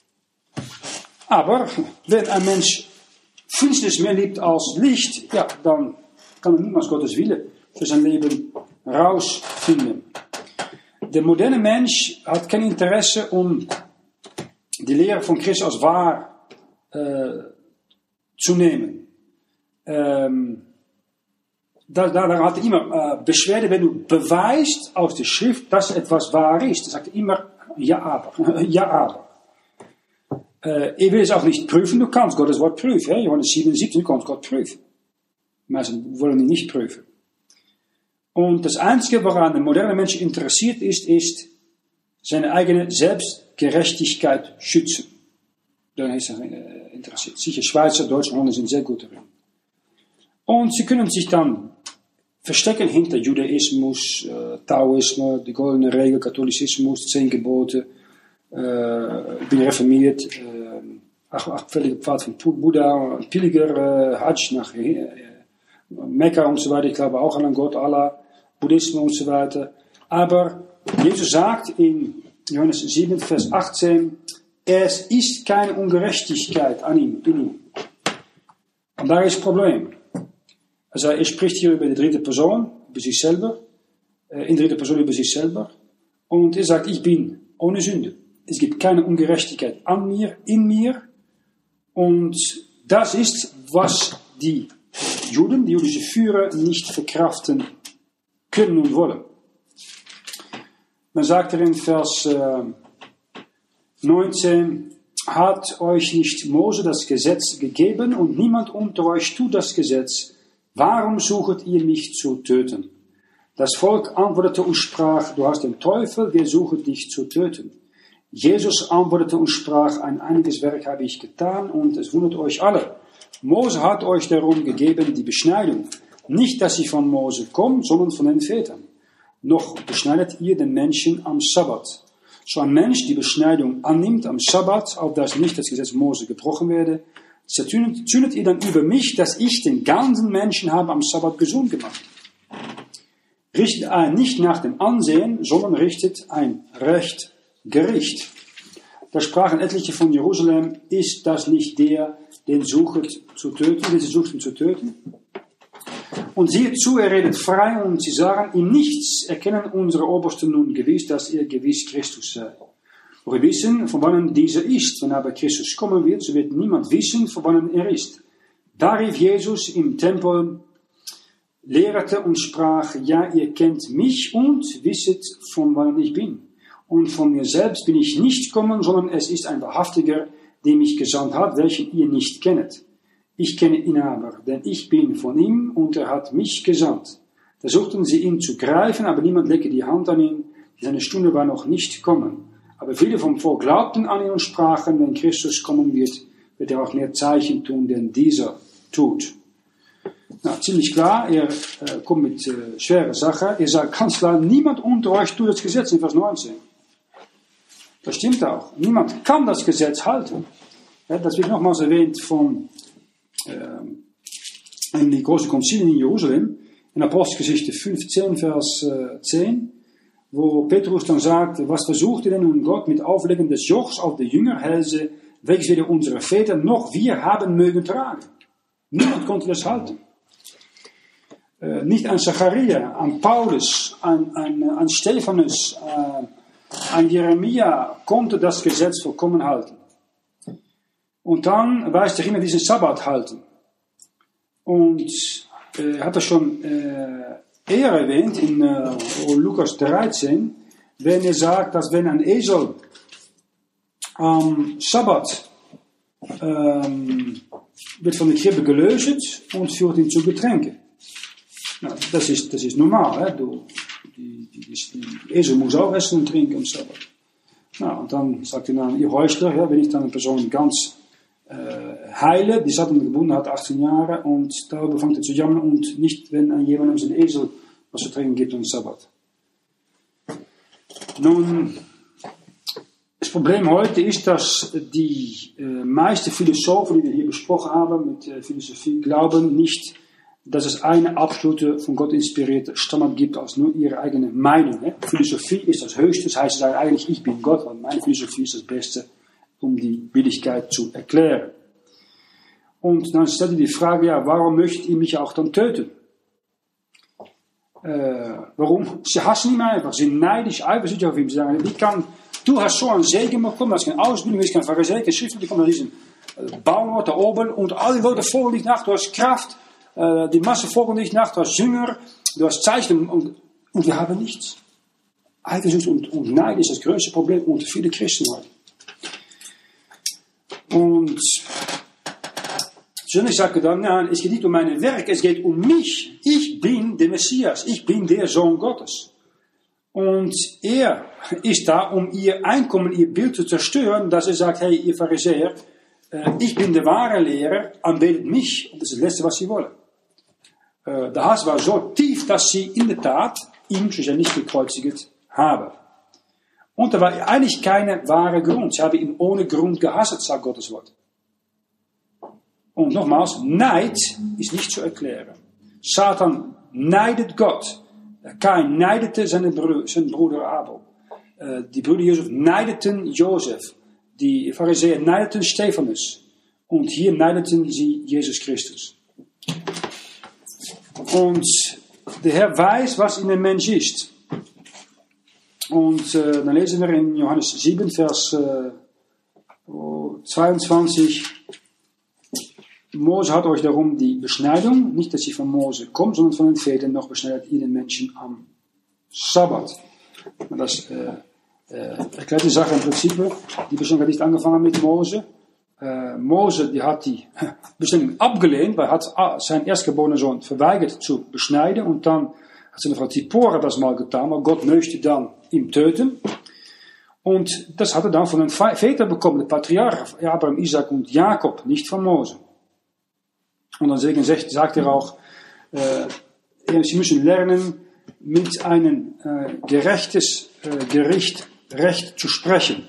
Aber wenn ein Mensch Finsternis mehr liebt als Licht, ja, dann kann er niemals Gottes Wille für sein Leben rausfinden. Der moderne Mensch hat kein Interesse, um die Lehre von Christus als wahr zu nehmen. Da hat er immer Beschwerde, wenn du beweist aus der Schrift, dass etwas wahr ist. Dann sagt er immer, ja, aber. Ja, aber. Ich will es auch nicht prüfen, du kannst Gottes Wort prüfen. Johannes 7,17, du kannst Gott prüfen. Meisten wollen ihn nicht prüfen. Und das Einzige, woran der moderne Mensch interessiert ist seine eigene Selbstgerechtigkeit schützen. Daran ist er interessiert. Sicher, Schweizer, Deutsche, Holländer sind sehr gut darin. Und sie können sich dann verstecken hinter Judaismus, Taoismus, die goldene Regel, Katholizismus, 10 Gebote. Ich bin reformiert, achtfällige Pfad von Buddha, Pilger, Hajj nach Mekka und so weiter, ich glaube auch an einen Gott, Allah, Buddhismus und so weiter. Aber Jesus sagt in Johannes 7, Vers 18, es ist keine Ungerechtigkeit an ihm, in ihm. Und da ist das Problem. Also er spricht hier über die dritte Person, über sich selber, in dritter Person über sich selber. Und er sagt, ich bin ohne Sünde. Es gibt keine Ungerechtigkeit an mir, in mir. Und das ist, was die Juden, die jüdische Führer, nicht verkraften können und wollen. Dann sagt er in Vers 19, hat euch nicht Mose das Gesetz gegeben und niemand unter euch tut das Gesetz, warum sucht ihr mich zu töten? Das Volk antwortete und sprach, du hast den Teufel, wir suchen dich zu töten. Jesus antwortete und sprach, ein einiges Werk habe ich getan und es wundert euch alle. Mose hat euch darum gegeben die Beschneidung, nicht dass sie von Mose kommt, sondern von den Vätern. Noch beschneidet ihr den Menschen am Sabbat. So ein Mensch die Beschneidung annimmt am Sabbat, auf das nicht das Gesetz Mose gebrochen werde, zündet ihr dann über mich, dass ich den ganzen Menschen habe am Sabbat gesund gemacht. Richtet ein nicht nach dem Ansehen, sondern richtet ein Gericht. Da sprachen etliche von Jerusalem, ist das nicht der, den sie suchten zu töten? Und siehe zu, er redet frei und sie sagen, in nichts erkennen unsere Obersten nun gewiss, dass er gewiss Christus sei. Wir wissen, von wann dieser ist. Wenn aber Christus kommen wird, so wird niemand wissen, von wann er ist. Da rief Jesus im Tempel, lehrte und sprach, ja, ihr kennt mich und wisset, von wann ich bin. Und von mir selbst bin ich nicht gekommen, sondern es ist ein Wahrhaftiger, der mich gesandt hat, welchen ihr nicht kennet. Ich kenne ihn aber, denn ich bin von ihm und er hat mich gesandt. Da suchten sie ihn zu greifen, aber niemand legte die Hand an ihn, seine Stunde war noch nicht gekommen. Aber viele vom Volk glaubten an ihn und sprachen, wenn Christus kommen wird, wird er auch mehr Zeichen tun, denn dieser tut. Na, ziemlich klar, er kommt mit schwerer Sache. Er sagt ganz klar, niemand unter euch tut das Gesetz in Vers 19. Das stimmt auch. Niemand kann das Gesetz halten. Ja, das wird nochmals erwähnt von in die große Konzilien in Jerusalem, in Apostelgeschichte 15, Vers 10, wo Petrus dann sagt, was versucht ihr denn nun Gott mit Auflegen des Jochs auf die Jüngerhälse, welches weder unsere Väter noch wir haben mögen tragen? Niemand konnte das halten. Nicht an Zacharia, an Paulus, an Stephanus, an Jeremia konnte das Gesetz vollkommen halten. Und dann weist er immer diesen Sabbat halten. Und hat er schon eher erwähnt in Lukas 13, wenn er sagt, dass wenn ein Esel am Sabbat wird von der Krippe gelöst und führt ihn zu Getränken. Nou, das ist normal. Die Esel muss auch essen und trinken am Sabbat. Nou, und dann sagt er dann, ihr Heuchler, ja, wenn ich dann eine Person ganz heile, die Satan gebunden hat, 18 Jahre, und darüber fängt er zu jammern und nicht, wenn jemandem sein Esel was zu trinken gibt am Sabbat. Nun, das Problem heute ist, dass die meisten Philosophen, die wir hier besprochen haben, mit Philosophie, glauben nicht, dass es eine absolute, von Gott inspirierte Standard gibt, als nur ihre eigene Meinung. Ne? Philosophie ist das Höchste, das heißt, sie sagen eigentlich, ich bin Gott, weil meine Philosophie ist das Beste, um die Billigkeit zu erklären. Und dann stellt ihr die Frage, ja, warum möchtet ihr mich auch dann töten? Warum? Sie hassen ihn einfach, sie sind neidisch, eifersüchtig auf ihn. Sie sagen, du hast so einen Segen bekommen, du hast keine Ausbildung, du bist kein Pharisäer, kein Schriftler, du kommst an diesen Bauernort da oben und alle Leute folgen dich nach, du hast Kraft, die Masse folgen dich nach, du hast Jünger, du hast Zeichen und wir haben nichts. Eifersucht und Neid ist das größte Problem unter vielen Christen heute. Und ich sage dann, nein, es geht nicht um mein Werk, es geht um mich. Ich bin der Messias, ich bin der Sohn Gottes. Und er ist da, um ihr Einkommen, ihr Bild zu zerstören, dass er sagt, hey, ihr Pharisäer, ich bin der wahre Lehrer, anbetet mich, und das ist das Letzte, was sie wollen. Der Hass war so tief, dass sie in der Tat ihn schlussendlich gekreuzigt haben. Und da war eigentlich keine wahre Grund. Sie haben ihn ohne Grund gehasst, sagt Gottes Wort. Und nochmals, Neid ist nicht zu erklären. Satan neidet Gott. Kain neidete zijn broeder Abel. Die Brüder Josef neideten Josef. Die Pharisäer neideten Stephanus. Und hier neideten sie Jesus Christus. Und der Herr weiß, was in dem Mensch ist. Und dann lesen wir in Johannes 7, Vers 22. Mose hat euch darum die Beschneidung, nicht dass sie von Mose kommt, sondern von den Vätern, noch beschneidet ihr den Menschen am Sabbat. Und das erklärt die Sache im Prinzip. Die Beschneidung hat nicht angefangen mit Mose. Mose, die hat die Beschneidung abgelehnt, weil er hat seinen erstgeborenen Sohn verweigert zu beschneiden. Und dann hat seine Frau Zipporah das mal getan, weil Gott möchte dann ihn töten. Und das hat er dann von den Vätern bekommen, den Patriarchen, Abraham, Isaac und Jakob, nicht von Mose. Und deswegen sagt er auch, sie müssen lernen, mit einem gerechtes Gericht Recht zu sprechen.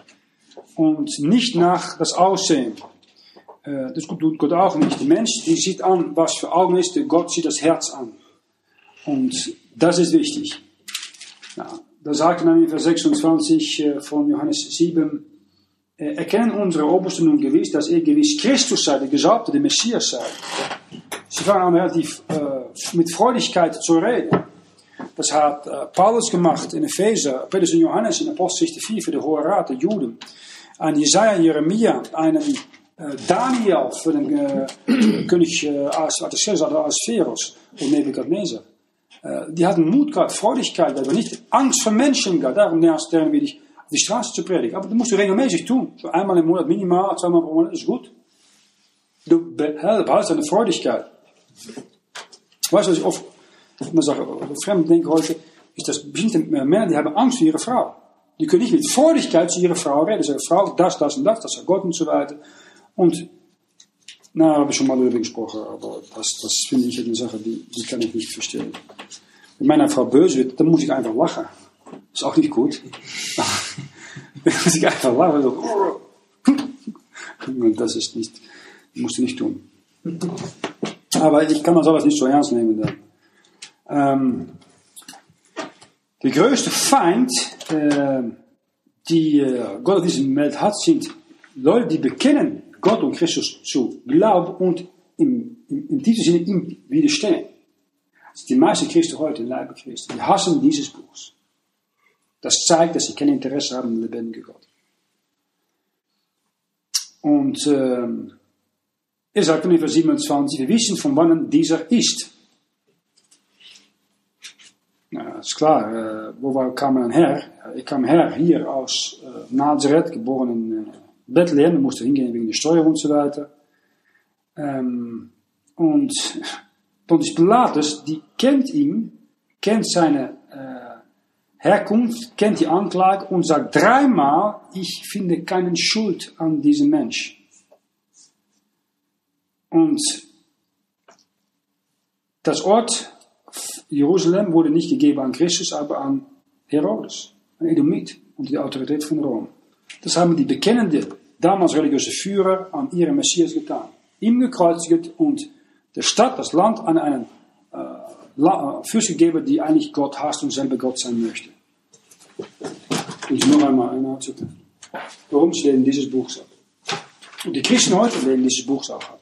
Und nicht nach das Aussehen. Das tut Gott auch nicht. Der Mensch, die sieht an, was für Augen ist, Gott sieht das Herz an. Und das ist wichtig. Ja, da sagt er in Vers 26 von Johannes 7, erkennen unsere Obersten nun gewiss, dass er gewiss Christus sei, der Gesalbte, der Messias sei. Sie fangen an relativ mit Freudigkeit zu reden. Das hat Paulus gemacht in Epheser, Petrus und Johannes in Apostelgeschichte 4 für den Hohen Rat der Juden. An Jesaja, Jeremia, einen Daniel für den König Ahasveros und Nebukadnezar. Die hatten Mut gehabt, Freudigkeit, aber nicht Angst vor Menschen gehabt. Darum lernen wir dich auf die Straße zu predigen. Aber das musst du regelmäßig tun. So einmal im Monat minimal, zweimal pro Monat ist gut. Du behaltest deine Freudigkeit. Weißt du, was ich oft immer sage, fremd denke heute, ist, dass bestimmte Männer, die haben Angst vor ihrer Frau. Die können nicht mit Freudigkeit zu ihrer Frau reden. Sie sagen, Frau, das und das sagt Gott und so weiter. Und, na, habe ich schon mal darüber gesprochen, aber das finde ich eine Sache, die kann ich nicht verstehen. Wenn meine Frau böse wird, dann muss ich einfach lachen. Ist auch nicht gut. Dann muss ich einfach lachen. So. Und das ist nicht, musst du nicht tun. Aber ich kann man sowas nicht so ernst nehmen dann. Der größte Feind, die Gott auf diesem Welt hat, sind Leute, die bekennen, Gott und Christus zu glauben und im tiefsten Sinne ihm widerstehen. Also die meisten Christen heute, in Leibe Christen, die hassen dieses Buch. Das zeigt, dass sie kein Interesse haben an lebendigen Gott. Und er sagt in Vers 27, wir wissen, von wann dieser ist. Ja, ist klar, wo kam er her? Ich kam her hier aus Nazareth, geboren in Bethlehem, er musste hingehen wegen der Steuer und so weiter. Und Pontius Pilatus, die kennt ihn, kennt seine Herkunft, kennt die Anklage und sagt dreimal, ich finde keine Schuld an diesem Mensch. Und das Ort Jerusalem wurde nicht gegeben an Christus, aber an Herodes, an Edomit, unter der Autorität von Rom. Das haben die bekennenden, damals religiöse Führer an ihren Messias getan. Ihm gekreuzigt und der Stadt, das Land an einen Fürst gegeben, die eigentlich Gott hasst und selber Gott sein möchte. Und noch einmal einzunehmen. Warum sie lehnen dieses Buch ab? Und die Christen heute lehnen dieses Buch auch ab.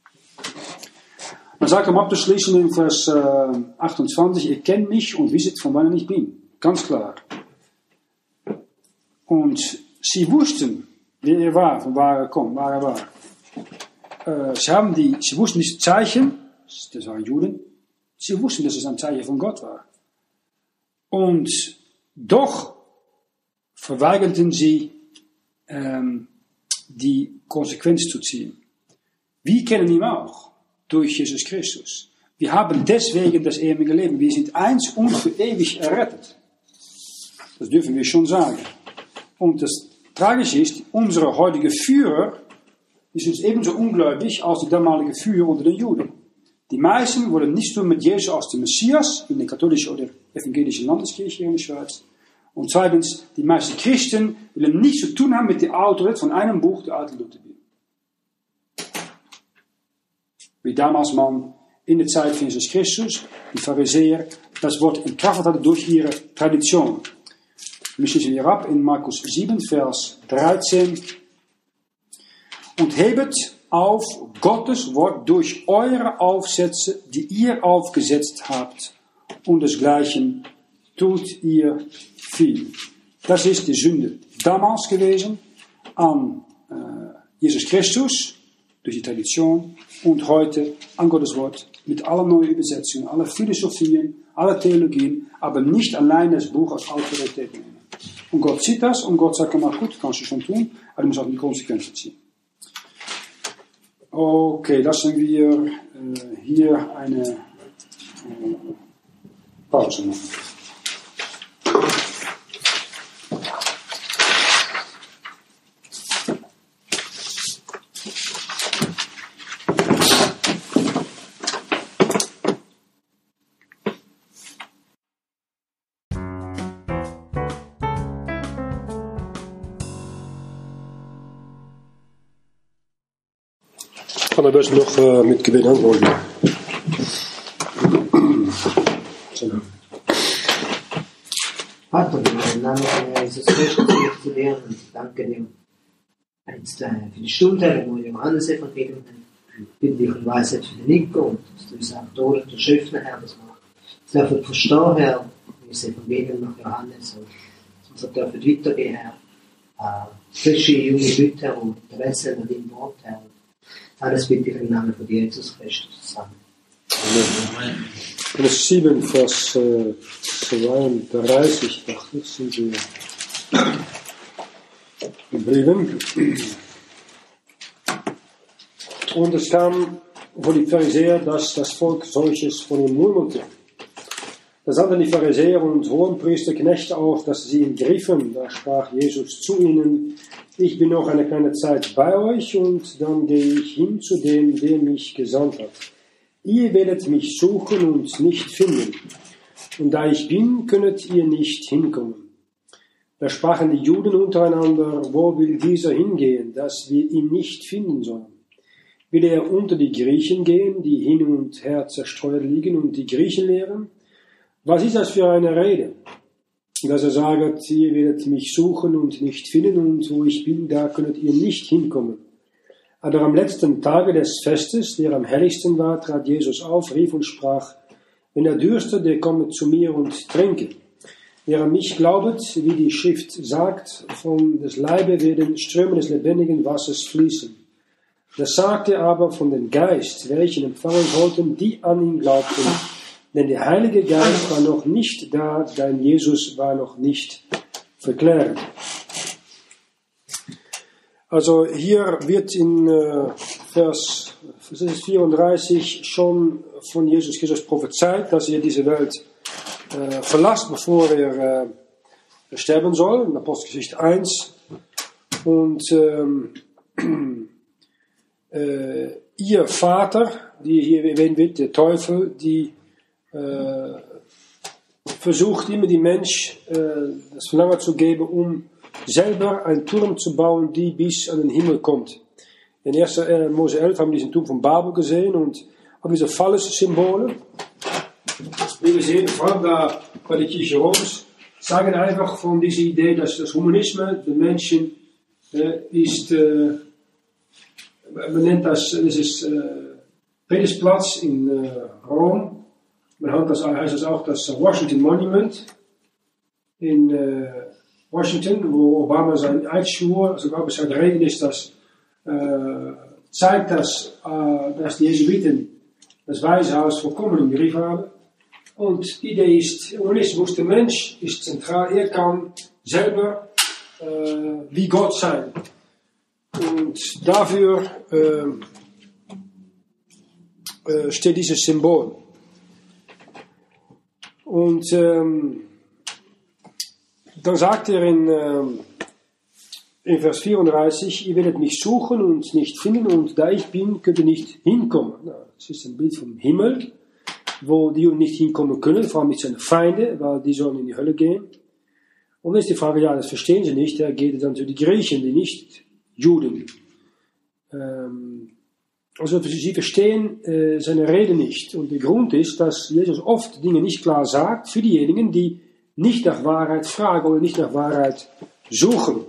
Man sagt, um abzuschließen in Vers 28, ihr kennt mich und wisset, von wann ich bin. Ganz klar. Und sie wussten, wer er war, von waar er kommt, waar er war. Sie wussten diese Zeichen, das waren Juden, sie wussten, dass es ein Zeichen von Gott war. Und doch verweigerten sie, die Konsequenz zu ziehen. Wir kennen ihn auch. Durch Jesus Christus. Wir haben deswegen das ewige Leben. Wir sind eins und für ewig errettet. Das dürfen wir schon sagen. Und das Tragische ist, unsere heutige Führer ist uns ebenso ungläubig als die damalige Führer unter den Juden. Die meisten wollen nichts tun mit Jesus als dem Messias in der katholischen oder evangelischen Landeskirche hier in der Schweiz. Und zweitens, die meisten Christen wollen nichts zu tun haben mit der Autorität von einem Buch, der Alten Lutherbibel. Wie damals man in der Zeit von Jesus Christus, die Pharisäer, das Wort entkraft hatten durch ihre Tradition. Wir schließen hier ab in Markus 7, Vers 13. Und hebet auf Gottes Wort durch eure Aufsätze, die ihr aufgesetzt habt, und desgleichen tut ihr viel. Das ist die Sünde damals gewesen an Jesus Christus, durch die Tradition, und heute an Gottes Wort mit allen neuen Übersetzungen, alle Philosophien, alle Theologien, aber nicht allein das Buch als Autorität nehmen. Und Gott sieht das und Gott sagt, na gut, kannst du schon tun, aber du musst auch die Konsequenzen ziehen. Okay, lassen wir hier eine Pause machen. Ich kann am besten noch mit Gebet antworten. Vater, im Namen von Jesus Christus möchte zu dir und danke dir jetzt für die Stunde, wo wir Johannes Evangelium haben. Bitte dich um Weisheit für den Nico und dass du uns auch durch die Schriften, Herr, das macht. Dass wir verstehen, Herr, wie das Evangelium nach Johannes und dass wir dürfen weitergehen, Herr. Frische, junge Leute, Herr, und Interesse an deinem Wort, Herr. Alles bitte ich im Namen von Jesus Christus zusammen. Amen. Johannes 7, Vers 32, dachte ich, sind wir geblieben. Und es kam vor die Pharisäer, dass das Volk solches von ihm murmelte. Da sandten die Pharisäer und Hohenpriester Knechte auf, dass sie ihn griffen. Da sprach Jesus zu ihnen: Ich bin noch eine kleine Zeit bei euch und dann gehe ich hin zu dem, der mich gesandt hat. Ihr werdet mich suchen und nicht finden. Und da ich bin, könnet ihr nicht hinkommen. Da sprachen die Juden untereinander: Wo will dieser hingehen, dass wir ihn nicht finden sollen? Will er unter die Griechen gehen, die hin und her zerstreut liegen, und die Griechen lehren? Was ist das für eine Rede? Dass er sagt, ihr werdet mich suchen und nicht finden, und wo ich bin, da könnet ihr nicht hinkommen. Aber am letzten Tage des Festes, der am helligsten war, trat Jesus auf, rief und sprach: Wenn er dürstet, der komme zu mir und trinke. Wer an mich glaubet, wie die Schrift sagt, von des Leibe werden Ströme des lebendigen Wassers fließen. Das sagte er aber von dem Geist, welchen empfangen sollten, die an ihn glaubten. Denn der Heilige Geist war noch nicht da, denn Jesus war noch nicht verklärt. Also hier wird in Vers 34 schon von Jesus Christus prophezeit, dass er diese Welt verlässt, bevor er sterben soll, in Apostelgeschichte 1. Und ihr Vater, die hier erwähnt wird, der Teufel, die versucht immer die Mensch das Verlangen zu geben, um selber einen Turm zu bauen, die bis an den Himmel kommt. In 1. Mose 11 haben wir diesen Turm von Babel gesehen und auch diese Fallessymbole. Wir sehen, vor allem da bei der Kirche Roms, sagen einfach von dieser Idee, dass das Humanismus, der Menschen ist, man nennt das ist Petersplatz in Rom. Man heißt das auch das Washington Monument in Washington, wo Obama sein Eid schwur, sogar bis sein Reden ist, das zeigt, dass die Jesuiten das Weiße Haus vollkommen im Griff haben. Und die Idee ist, Humanismus, der Mensch ist zentral, er kann selber wie Gott sein. Und dafür steht dieses Symbol. Und dann sagt er in Vers 34, ihr werdet mich suchen und nicht finden, und da ich bin, könnt ihr nicht hinkommen. Das ist ein Bild vom Himmel, wo die Juden nicht hinkommen können, vor allem nicht seine Feinde, weil die sollen in die Hölle gehen. Und dann ist die Frage, ja, das verstehen sie nicht, da geht es dann zu den Griechen, die nicht Juden. Also sie verstehen seine Rede nicht. Und der Grund ist, dass Jesus oft Dinge nicht klar sagt für diejenigen, die nicht nach Wahrheit fragen oder nicht nach Wahrheit suchen.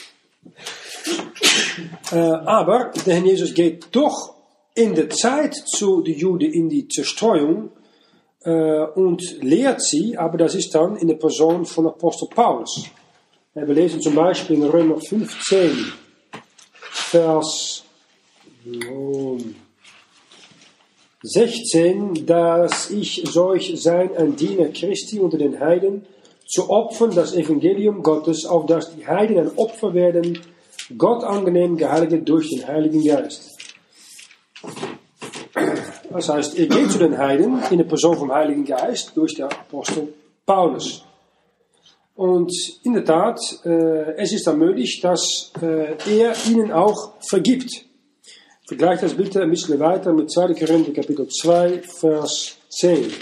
Aber der Herr Jesus geht doch in der Zeit zu den Juden in die Zerstreuung und lehrt sie, aber das ist dann in der Person von Apostel Paulus. Wir lesen zum Beispiel in Römer 15, Vers 16, dass ich solch sein, ein Diener Christi unter den Heiden, zu opfern das Evangelium Gottes, auf dass die Heiden ein Opfer werden, Gott angenehm geheiligt durch den Heiligen Geist. Das heißt, er geht zu den Heiden in der Person vom Heiligen Geist durch den Apostel Paulus. Und in der Tat, es ist dann möglich, dass er ihnen auch vergibt. Vergleicht das bitte ein bisschen weiter mit 2. Korinther Kapitel 2, Vers 10.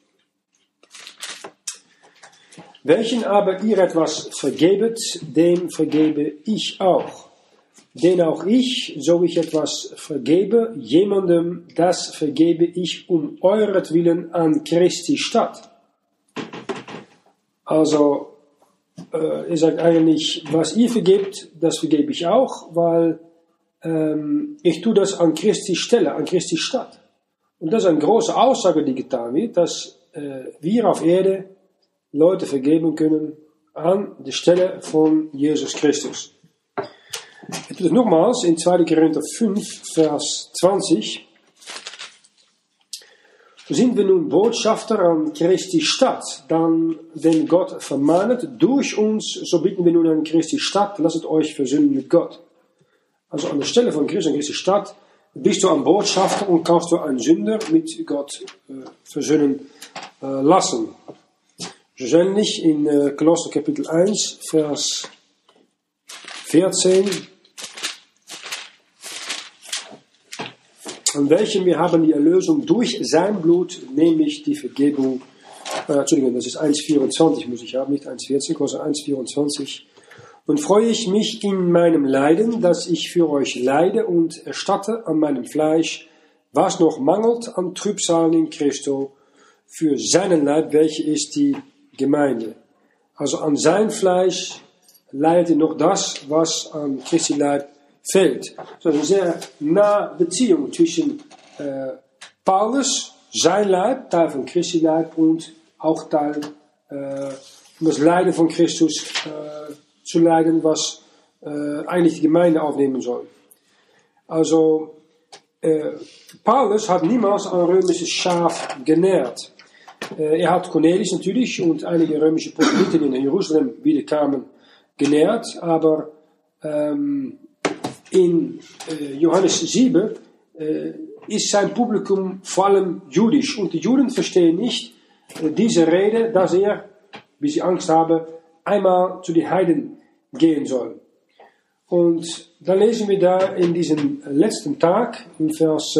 Welchen aber ihr etwas vergebet, dem vergebe ich auch. Den auch ich, so ich etwas vergebe, jemandem, das vergebe ich um euretwillen an Christi statt. Also, er sagt eigentlich, was ihr vergebt, das vergebe ich auch, weil ich tue das an Christi Stelle, an Christi statt. Und das ist eine große Aussage, die getan wird, dass wir auf Erde Leute vergeben können an der Stelle von Jesus Christus. Er tut es nochmals in 2. Korinther 5, Vers 20. So sind wir nun Botschafter an Christi Stadt, dann, wenn Gott vermahnet durch uns, so bitten wir nun an Christi Stadt, lasset euch versöhnen mit Gott. Also an der Stelle von Christus, an Christi Stadt, bist du ein Botschafter und kannst du einen Sünder mit Gott versöhnen lassen. So ähnlich in Kolosser Kapitel 1, Vers 14. An welchem wir haben die Erlösung durch sein Blut, nämlich die Vergebung. Entschuldigung, das ist 1,24 muss ich haben, nicht 1,14, Kolosser 1,24. Und freue ich mich in meinem Leiden, dass ich für euch leide und erstatte an meinem Fleisch, was noch mangelt an Trübsalen in Christo, für seinen Leib, welche ist die Gemeinde. Also an sein Fleisch leidet noch das, was an Christi Leib fehlt. So eine sehr nahe Beziehung zwischen Paulus, sein Leib, Teil von Christi Leib und auch Teil von das Leiden von Christus zu leiden, was eigentlich die Gemeinde aufnehmen soll. Also Paulus hat niemals ein römisches Schaf genährt. Er hat Cornelius natürlich und einige römische Proselyten, die in Jerusalem wieder kamen, genährt, aber in Johannes 7 ist sein Publikum vor allem jüdisch und die Juden verstehen nicht diese Rede, dass er, wie sie Angst haben, einmal zu den Heiden gehen soll. Und dann lesen wir da in diesem letzten Tag, in Vers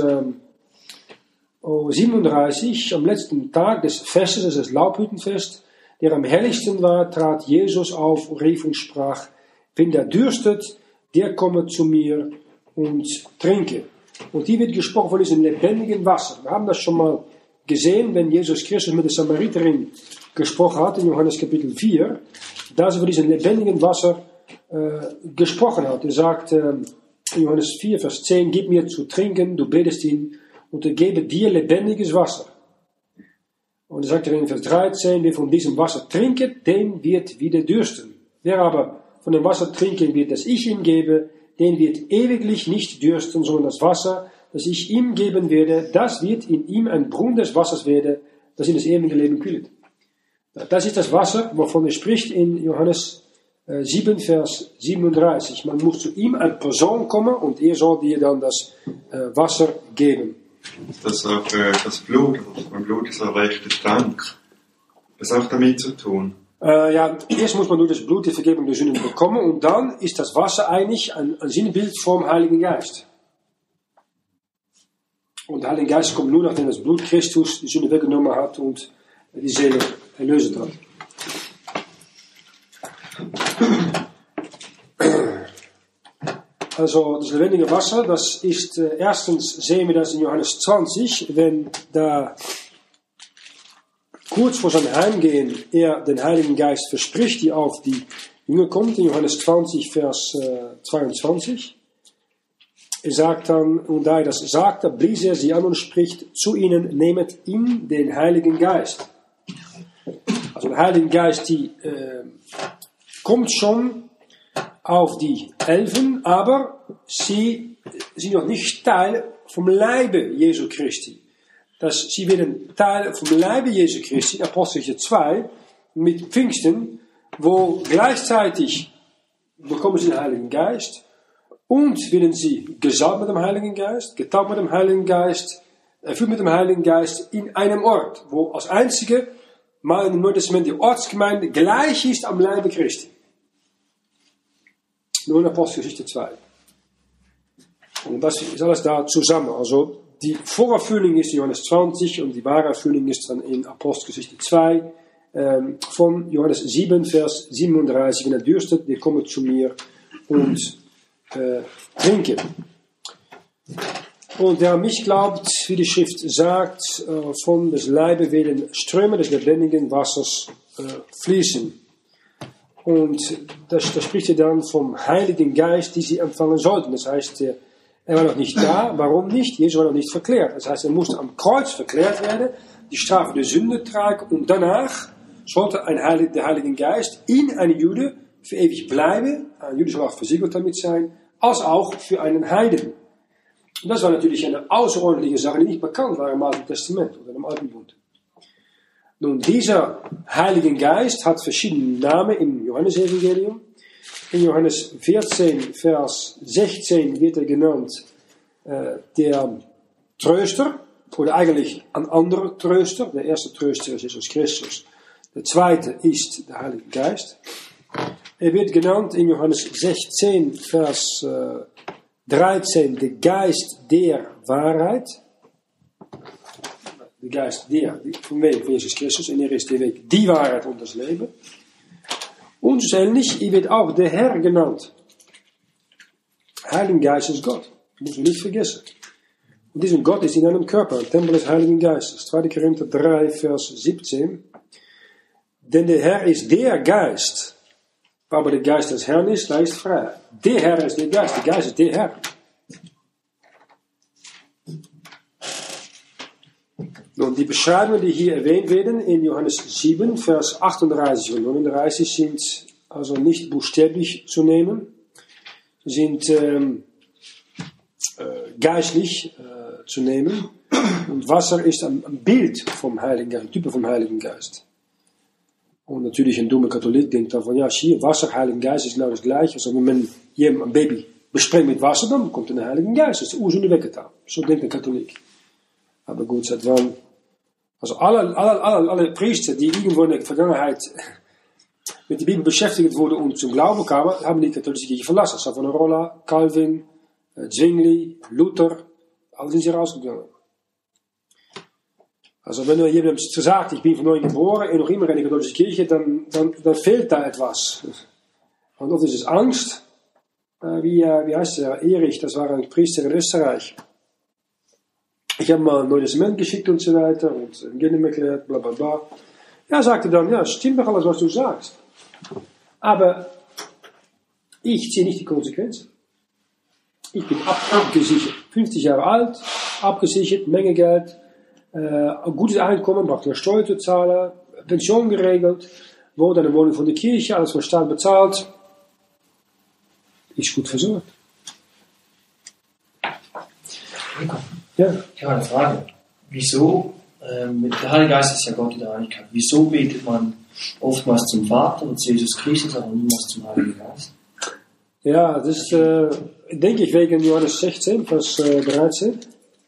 37, am letzten Tag des Festes, das ist das Laubhüttenfest, der am herrlichsten war, trat Jesus auf, rief und sprach, wenn der dürstet, der komme zu mir und trinke. Und hier wird gesprochen von diesem lebendigen Wasser. Wir haben das schon mal gesehen, wenn Jesus Christus mit der Samariterin gesprochen hat, in Johannes Kapitel 4, dass er von diesem lebendigen Wasser gesprochen hat. Er sagt in Johannes 4, Vers 10, gib mir zu trinken, du betest ihn, und er gebe dir lebendiges Wasser. Und er sagt in Vers 13, wer von diesem Wasser trinket, dem wird wieder dürsten. Wer aber von dem Wasser trinken wird, das ich ihm gebe, den wird ewiglich nicht dürsten, sondern das Wasser, das ich ihm geben werde, das wird in ihm ein Brunnen des Wassers werden, das in das ewige Leben kühlt. Das ist das Wasser, wovon er spricht in Johannes 7, Vers 37. Man muss zu ihm als Person kommen und er soll dir dann das Wasser geben. Ist das auch das Blut? Beim Blut ist auch rechter Trank. Was auch damit zu tun? Ja, erst muss man durch das Blut die Vergebung der Sünden bekommen und dann ist das Wasser eigentlich ein Sinnbild vom Heiligen Geist. Und der Heilige Geist kommt nur, nachdem das Blut Christus die Sünde weggenommen hat und die Seele erlöst hat. also das lebendige Wasser, das ist, erstens sehen wir das in Johannes 20, wenn da kurz vor seinem Heimgehen er den Heiligen Geist verspricht, die auf die Jünger kommt, in Johannes 20, Vers 22. Er sagt dann, und da er das sagte, blies er sie an und spricht zu ihnen, nehmet ihm den Heiligen Geist. Also der Heilige Geist, die kommt schon auf die Elfen, aber sie sind noch nicht Teil vom Leibe Jesu Christi. Sie werden Teil vom Leibe Jesu Christi, Apostelgeschichte 2, mit Pfingsten, wo gleichzeitig bekommen sie den Heiligen Geist und werden sie gesalbt mit dem Heiligen Geist, getauft mit dem Heiligen Geist, erfüllt mit dem Heiligen Geist in einem Ort, wo als einzige Mal im Neuen Testament die Ortsgemeinde gleich ist am Leibe Christi. Nur in Apostelgeschichte 2. Und das ist alles da zusammen. Also die Vorerfüllung ist in Johannes 20 und die wahre Erfüllung ist dann in Apostelgeschichte 2 von Johannes 7, Vers 37. Wenn er dürstet, der komme zu mir und trinken. Und wer an mich glaubt, wie die Schrift sagt, von des Leibe werden Ströme des lebendigen Wassers fließen. Und da spricht er dann vom Heiligen Geist, die sie empfangen sollten. Das heißt, er war noch nicht da. Warum nicht? Jesus war noch nicht verklärt. Das heißt, er musste am Kreuz verklärt werden, die Strafe der Sünde tragen und danach sollte der Heilige Geist in einen Jude für ewig bleiben. Ein Jude soll auch versiegelt damit sein, als auch für einen Heiden. Und das war natürlich eine außerordentliche Sache, die nicht bekannt war im Alten Testament oder im Alten Bund. Nun, dieser Heilige Geist hat verschiedene Namen im Johannesevangelium. In Johannes 14, Vers 16 wird er genannt der Tröster, oder eigentlich ein anderer Tröster. Der erste Tröster ist Jesus Christus. Der zweite ist der Heilige Geist. Er wird genannt in Johannes 16, Vers 13, der Geist der Wahrheit. Der Geist von wem? Von Jesus Christus. Und er ist der Weg, die Wahrheit und das Leben. Und so ähnlich, er wird auch der Herr genannt. Heiliger Geist ist Gott. Das muss man nicht vergessen. Und dieser Gott ist in einem Körper, ein Tempel des Heiligen Geistes. 2. Korinther 3, Vers 17. Denn der Herr ist der Geist. Aber der Geist des Herrn ist, da ist Freiheit. Der Herr ist der Geist ist der Herr. Und die Beschreibungen, die hier erwähnt werden, in Johannes 7, Vers 38 und 39, sind also nicht buchstäblich zu nehmen, sind geistlich zu nehmen. Und Wasser ist ein Bild vom Heiligen Geist, ein Typ vom Heiligen Geist. Und natürlich ein dummer Katholik denkt dann von, ja, hier, Wasser, Heiligen Geist ist genau das Gleiche. Also wenn man ein Baby besprengt mit Wasser, dann kommt ein Heiligen Geist. Das ist die Ursünde weggetan. So denkt ein Katholik. Aber gut, seit wann? Also alle Priester, die irgendwo in der Vergangenheit mit der Bibel beschäftigt wurden und zum Glauben kamen, haben die katholische Kirche verlassen. Savonarola, Calvin, Zwingli, Luther, alle sind sie rausgegangen. Also wenn jemand sagt, ich bin von neu geboren und noch immer in der katholischen Kirche, dann fehlt da etwas. Und oft ist es Angst. Wie heißt der? Erich, das war ein Priester in Österreich. Ich habe mal ein Neues Testament geschickt und so weiter und Evangelium erklärt, bla bla bla. Ja, sagte dann, ja, stimmt doch alles, was du sagst. Aber ich ziehe nicht die Konsequenzen. Ich bin abgesichert. 50 Jahre alt, abgesichert, Menge Geld, gutes Einkommen, braucht eine Steuer zu zahlen, Pension geregelt, wurde eine Wohnung von der Kirche, alles vom Staat bezahlt. Ist gut versorgt. Ja. Ich habe eine Frage. Wieso, mit der Heilige Geist ist ja Gott in der Einigkeit, wieso betet man oftmals zum Vater und zu Jesus Christus, aber niemals zum Heiligen Geist? Ja, das ist, denke ich, wegen Johannes 16, Vers 13.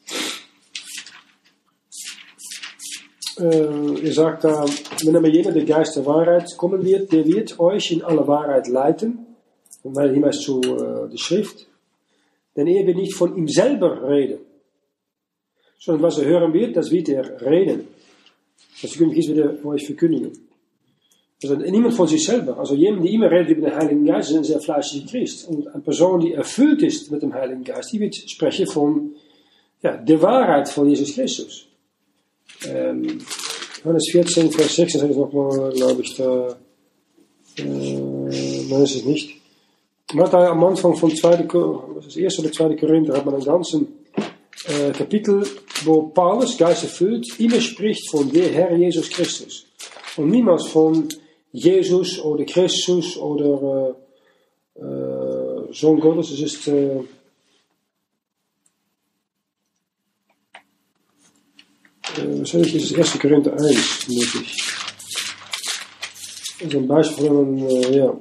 Er sagt da, wenn aber jener der Geist der Wahrheit kommen wird, der wird euch in alle Wahrheit leiten. Und weil Hinweis zu der Schrift. Denn er wird nicht von ihm selber reden. Sondern was er hören wird, das wird er reden. Das ist wieder euch verkündigen. Also niemand von sich selber. Also jemand, die immer redet über den Heiligen Geist, ist ein sehr fleischlicher Christ. Und eine Person, die erfüllt ist mit dem Heiligen Geist, die wird sprechen von der Wahrheit von Jesus Christus. Johannes 14, Vers 6, das habe ich nochmal, glaube ich, da. Nein, ist es nicht. Man hat da am Anfang von das erste oder zweite Korinther, hat man einen ganzen Kapitel, wo Paulus, Geist erfüllt, immer spricht von der Herr Jesus Christus. Und niemals von Jesus oder Christus oder Sohn Gottes. Es ist wahrscheinlich ist es 1. Korinther 1 möglich. Das ist ein Beispiel von einem,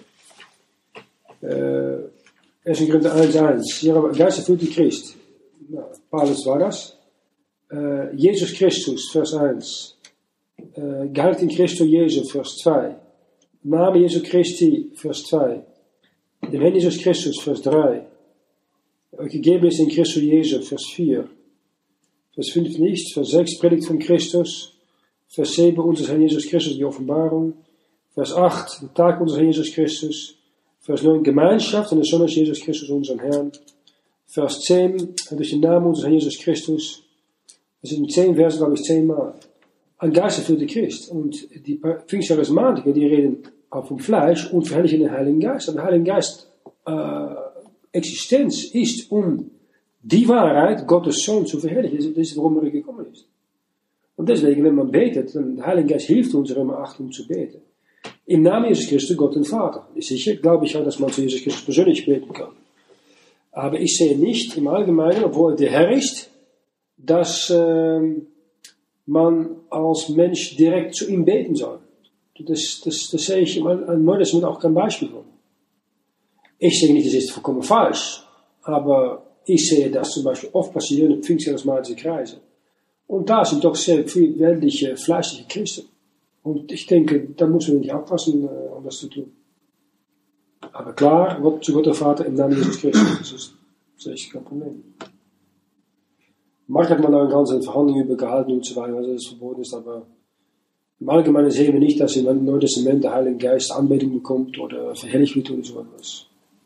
1. Korinther 1,1. Hier haben wir Geist erfüllt die Christ. Paulus war das. Jesus Christus, Vers 1. Geheiligt in Christo Jesu, Vers 2. Name Jesu Christi, Vers 2. Dem Herrn Jesus Christus, Vers 3. Euch gegeben ist in Christo Jesu, Vers 4. Vers 5 nichts, Vers 6 Predigt von Christus. Vers 7 unseres Herrn Jesus Christus, die Offenbarung. Vers 8 der Tag unseres Herrn Jesus Christus. Vers 9 Gemeinschaft an des Sohnes Jesus Christus, unseren Herrn. Vers 10 durch den Namen unseres Herrn Jesus Christus. Das sind 10 Versen, glaube ich, 10 Mal. Ein geisterfüllte Christ. Und die Pfingstcharismatiker, die reden auch vom Fleisch und verherrlichen den Heiligen Geist. Aber der Heilige Geist Existenz ist, um die Wahrheit, Gottes Sohn, zu verherrlichen. Das ist, warum er gekommen ist. Und deswegen, wenn man betet, dann der Heilige Geist hilft uns, Römer 8, um zu beten. Im Namen Jesus Christus, Gott und Vater. Sicher glaube ich auch, dass man zu Jesus Christus persönlich beten kann. Aber ich sehe nicht im Allgemeinen, obwohl er der Herr ist, dass man als Mensch direkt zu ihm beten soll. Das sehe ich im Neuen Testament auch kein Beispiel von. Ich sage nicht, das ist vollkommen falsch, aber ich sehe das zum Beispiel oft passieren in pfingstcharismatischen Kreisen. Und da sind doch sehr viele weltliche, fleischliche Christen. Und ich denke, da müssen wir nicht aufpassen, um das zu tun. Aber klar, zu Gott der Vater im Namen Jesus Christus, das sehe ich kein Problem. Manchmal hat man da eine ganze Verhandlung über gehalten und so weiter, weil das verboten ist, aber im Allgemeinen sehen wir nicht, dass im Neuen Testament der Heilige Geist Anbetung bekommt oder verherrlicht wird oder so etwas.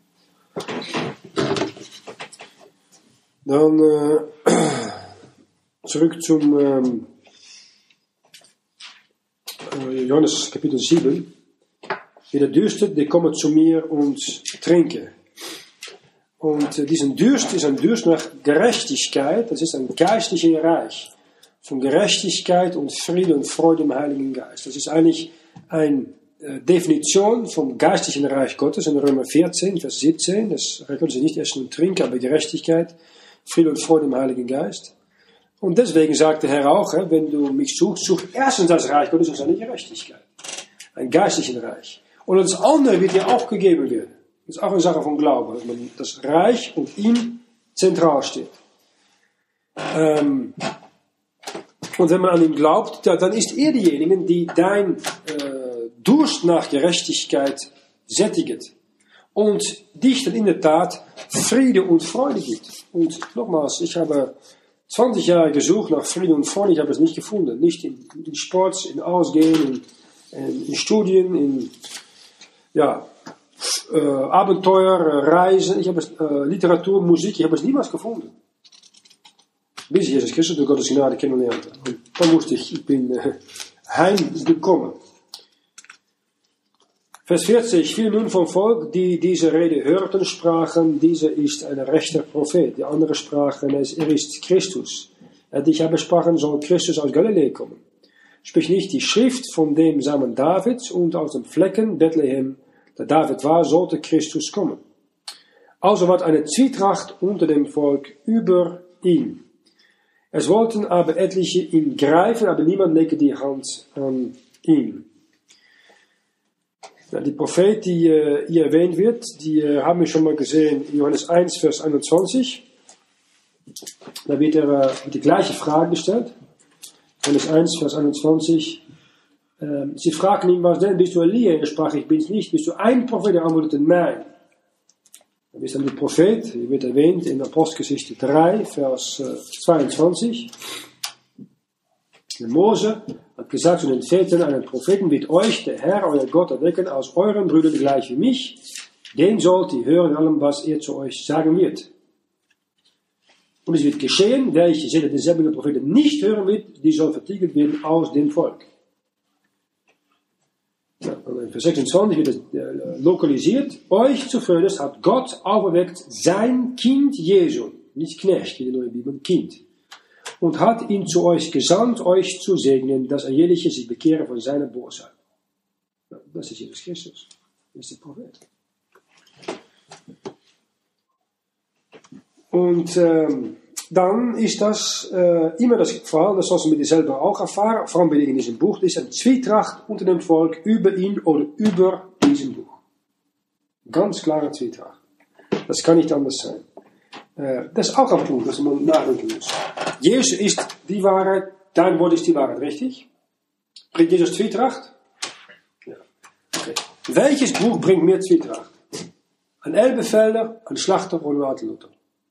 Dann zurück zum Johannes Kapitel 7. Wer dürstet, der komme zu mir und trinke. Und diesen Durst ist ein Durst nach Gerechtigkeit. Das ist ein geistlicher Reich von Gerechtigkeit und Friede und Freude im Heiligen Geist. Das ist eigentlich eine Definition vom geistlichen Reich Gottes in Römer 14, Vers 17. Das Reich Gottes ist nicht Essen und Trinken, aber Gerechtigkeit, Friede und Freude im Heiligen Geist. Und deswegen sagt der Herr auch, wenn du mich suchst, such erstens das Reich Gottes und seine Gerechtigkeit. Ein geistlichen Reich. Und das andere wird dir auch gegeben werden. Das ist auch eine Sache von Glauben, dass man das Reich und ihm zentral steht. Und wenn man an ihn glaubt, dann ist er diejenige, die dein Durst nach Gerechtigkeit sättigt. Und dich dann in der Tat Friede und Freude gibt. Und nochmals, ich habe 20 Jahre gesucht nach Friede und Freude, ich habe es nicht gefunden. Nicht in Sports, in Ausgehen, in Studien, in Abenteuer, Reisen, ich habe es, Literatur, Musik, ich habe es niemals gefunden. Bis ich Jesus Christus durch Gottes Gnade kennenlernte. Und dann ich bin heimgekommen. Vers 40, ich fiel nun vom Volk, die diese Rede hörten, sprachen, dieser ist ein rechter Prophet. Die anderen sprachen, er ist Christus. Ich habe sprachen, soll Christus aus Galiläa kommen. Sprich nicht die Schrift von dem Samen Davids und aus dem Flecken Bethlehem, der David war, sollte Christus kommen. Also war eine Zwietracht unter dem Volk über ihn. Es wollten aber etliche ihn greifen, aber niemand legte die Hand an ihn. Ja, die Prophet, die hier erwähnt wird, die haben wir schon mal gesehen in Johannes 1, Vers 21. Da wird die gleiche Frage gestellt. Johannes 1, Vers 21. Sie fragten ihn, was denn? Bist du Elia? Er sprach, ich bin's nicht. Bist du ein Prophet? Er antwortete, nein. Dann ist dann der Prophet, die wird erwähnt in Apostelgeschichte 3, Vers 22. Mose hat gesagt zu den Vätern, einen Propheten wird euch der Herr, euer Gott, erwecken aus euren Brüdern gleich wie mich. Den sollt ihr hören, allem, was er zu euch sagen wird. Und es wird geschehen, welche Seele derselben Propheten nicht hören wird, die soll vertilgt werden aus dem Volk. Ja, und in Vers 26 wird es lokalisiert. Euch zuvörderst hat Gott auferweckt sein Kind Jesu, nicht Knecht, wie die neue Bibel, Kind. Und hat ihn zu euch gesandt, euch zu segnen, dass er jeder sich bekehre von seiner Bosheit. Ja, das ist Jesus Christus. Das ist der Prophet. Und dann ist das immer das Fall, das sollst du mit dir selber auch erfahren, vor allem in diesem Buch, das ist eine Zwietracht unter dem Volk über ihn oder über diesem Buch. Ganz klare Zwietracht. Das kann nicht anders sein. Das ist auch ein Punkt, das man nachdenken muss. Jesus ist die Wahrheit, dein Wort ist die Wahrheit, richtig? Bringt Jesus Zwietracht? Ja. Okay. Welches Buch bringt mehr Zwietracht? Ein Elbefelder, ein Schlachter oder Martin Luther?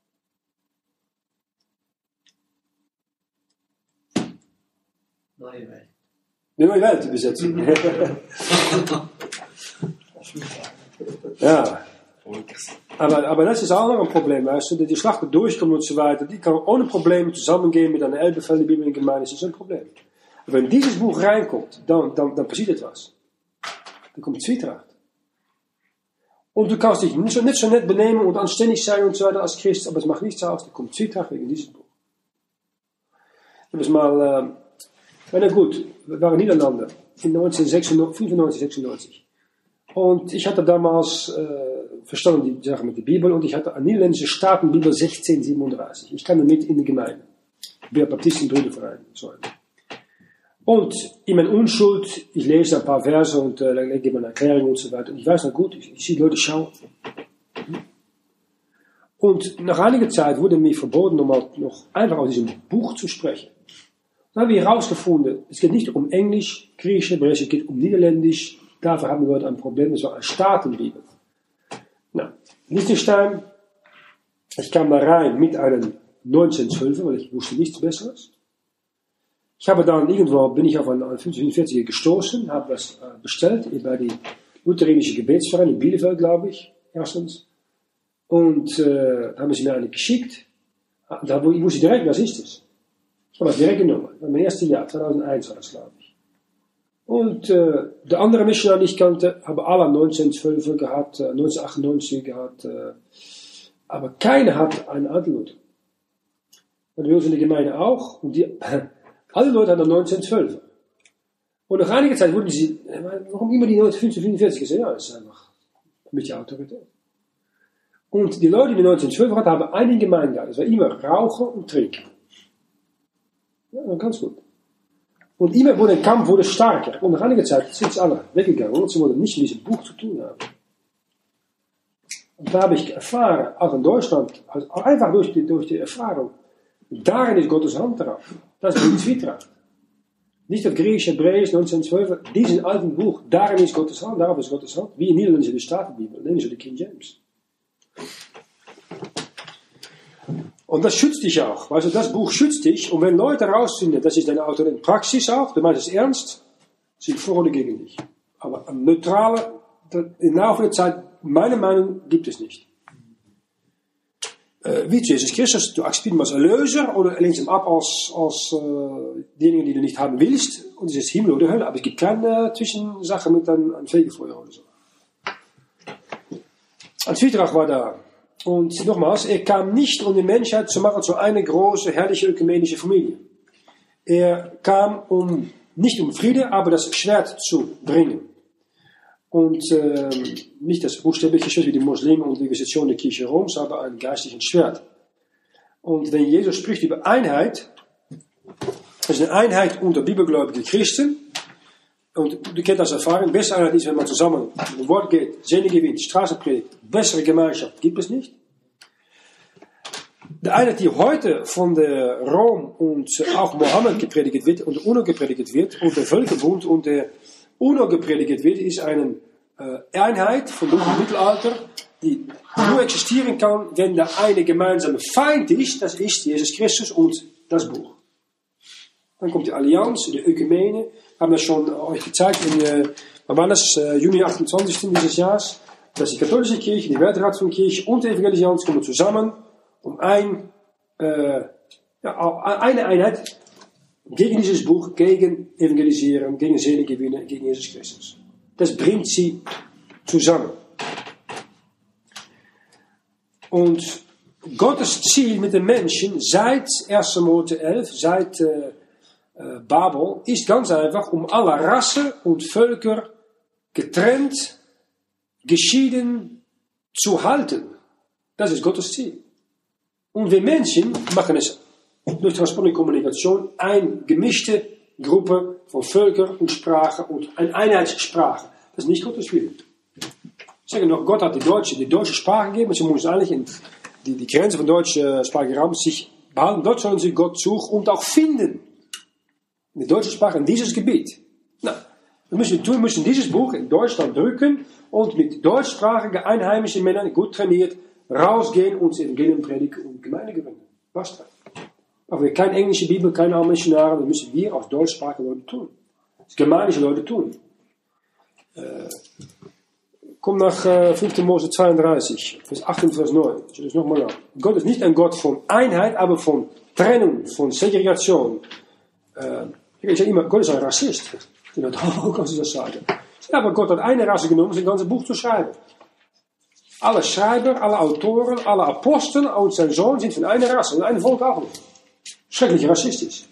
Neue Welt. Die neue Welt besetzen. Ja. Aber das ist auch noch ein Problem, weißt du, die Schlachter durchkommen und so weiter, die kann ohne Probleme zusammengehen mit einer Elbefelder Bibel in Gemeinde, das ist ein Problem. Aber wenn dieses Buch reinkommt, dann passiert etwas. Dann kommt Zwietracht. Und du kannst dich nicht so nett benehmen und anständig sein und so weiter als Christ, aber es macht nichts aus, dann kommt Zwietracht wegen dieses Buch. Das ist mal, na gut, wir waren in Niederlande in 1995, 96. Und ich hatte damals verstanden die Sache mit der Bibel und ich hatte eine niederländische Staatenbibel 1637. Ich kam damit in die Gemeinde. Wir Baptistenbrüderverein. So. Und in meiner Unschuld, ich lese ein paar Verse und dann gebe ich eine Erklärung und so weiter. Und ich weiß noch gut, ich sehe Leute schauen. Und nach einiger Zeit wurde mir verboten, noch einfach aus diesem Buch zu sprechen. Dann haben wir herausgefunden, es geht nicht um Englisch, Griechisch, Hebräisch, es geht um Niederländisch. Dafür haben wir heute ein Problem, das war eine Staatenbibel. Na, Liechtenstein, ich kam da rein mit einem 1912er, weil ich wusste nichts Besseres. Ich habe dann irgendwo, bin ich auf einen 45er gestoßen, habe das bestellt, bei die lutherische Gebetsverein in Bielefeld, glaube ich, erstens. Und haben sie mir eine geschickt. Da wusste ich direkt, was ist das? Ich habe das direkt genommen. Das war mein erstes Jahr, 2001 war das, glaube ich. Und der andere Missionar, die ich kannte, haben alle 1912 gehabt, 1998 gehabt, aber keiner hat einen alten Luther. Und wir in der Gemeinde auch, und alle Leute hatten 1912. Und nach einiger Zeit wurden sie, warum immer die 1945 gesagt? Ja, das ist einfach mit der Autorität. Und die Leute, die 1912 hatten, haben einen Gemeinde gehabt. Das war immer Rauchen und Trinken. Ja, ganz gut. Und immer wurde der Kampf wurde starker. Und nach einiger Zeit sind sie alle weggegangen und sie wollten nicht mit diesem Buch zu tun haben. Und da habe ich erfahren, auch in Deutschland, also einfach durch die Erfahrung, darin ist Gottes Hand drauf. Das ist die Zwietracht. Nicht das griechische Hebräisch 1912, diesen alten Buch, darin ist Gottes Hand, darauf ist Gottes Hand. Wie in Niederlande die Staatenbibel, nennen sie die King James. Und das schützt dich auch. Also das Buch schützt dich. Und wenn Leute herausfinden, das ist deine Autorität, Praxis auch, du meinst es ernst, sind vor oder gegen dich. Aber eine neutrale, im Laufe der Zeit, meine Meinung, gibt es nicht. Wie Jesus Christus, du akzeptierst ihn als Erlöser oder lehnst ihn ab als diejenigen, die du nicht haben willst. Und es ist Himmel oder Hölle. Aber es gibt keine Zwischensache mit einem Fegefeuer oder so. Ein Zwietracht war da. Und nochmals, er kam nicht, um die Menschheit zu machen zu einer großen, herrliche ökumenische Familie. Er kam, nicht um Friede, aber das Schwert zu bringen. Und nicht das buchstäbliche Schwert wie die Muslime und die Organisation der Kirche Roms, aber ein geistliches Schwert. Und wenn Jesus spricht über Einheit, das ist eine Einheit unter bibelgläubigen Christen. Und du kennst das Erfahrung, beste Einheit ist, wenn man zusammen mit dem Wort geht, Sehne gewinnt, Straße predigt, bessere Gemeinschaft gibt es nicht. Die Einheit, die heute von der Rom und auch Mohammed gepredigt wird und der UNO gepredigt wird und der Völkerbund und der UNO gepredigt wird, ist eine Einheit von dem Mittelalter, die nur existieren kann, wenn der eine gemeinsame Feind ist, das ist Jesus Christus und das Buch. Dann kommt die Allianz, die Ökumene. Wir haben das schon euch gezeigt wann war das? Juni 28. dieses Jahres, dass die katholische Kirche, die Weltrat von Kirche und die Evangelisations kommen zusammen, um eine Einheit gegen dieses Buch, gegen Evangelisieren, gegen Seelengewinne, gegen Jesus Christus. Das bringt sie zusammen. Und Gottes Ziel mit den Menschen seit 1. Mose 11, seit Babel, ist ganz einfach, um alle Rassen und Völker getrennt, geschieden zu halten. Das ist Gottes Ziel. Und wir Menschen machen es durch Transport und Kommunikation eine gemischte Gruppe von Völkern und Sprachen und eine Einheitssprache. Das ist nicht Gottes Wille. Ich sage noch, Gott hat die deutsche Sprache gegeben, sie müssen eigentlich in die Grenze von deutschen sprachigen Raum sich behalten. Dort sollen sie Gott suchen und auch finden. Die deutsche Sprache in dieses Gebiet. Na, wir müssen dieses Buch in Deutschland drücken und mit deutschsprachigen einheimischen Männern, gut trainiert, rausgehen und das Evangelium predigen und Gemeinde gründen. Basta. Aber wir keine englische Bibel, keine Missionare, das müssen wir als deutschsprachige Leute tun. Das germanische Leute tun. Komm nach 5. Mose 32, Vers 8 und Vers 9. Ich das nochmal an. Gott ist nicht ein Gott von Einheit, aber von Trennung, von Segregation. Ich sage immer, Gott ist ein Rassist. Ich dachte, oh, kannst du das sagen? Ja, aber Gott hat eine Rasse genommen, sein ganzes Buch zu schreiben. Alle Schreiber, alle Autoren, alle Aposteln und sein Sohn sind von einer Rasse und ein Volk auch nicht. Schrecklich rassistisch.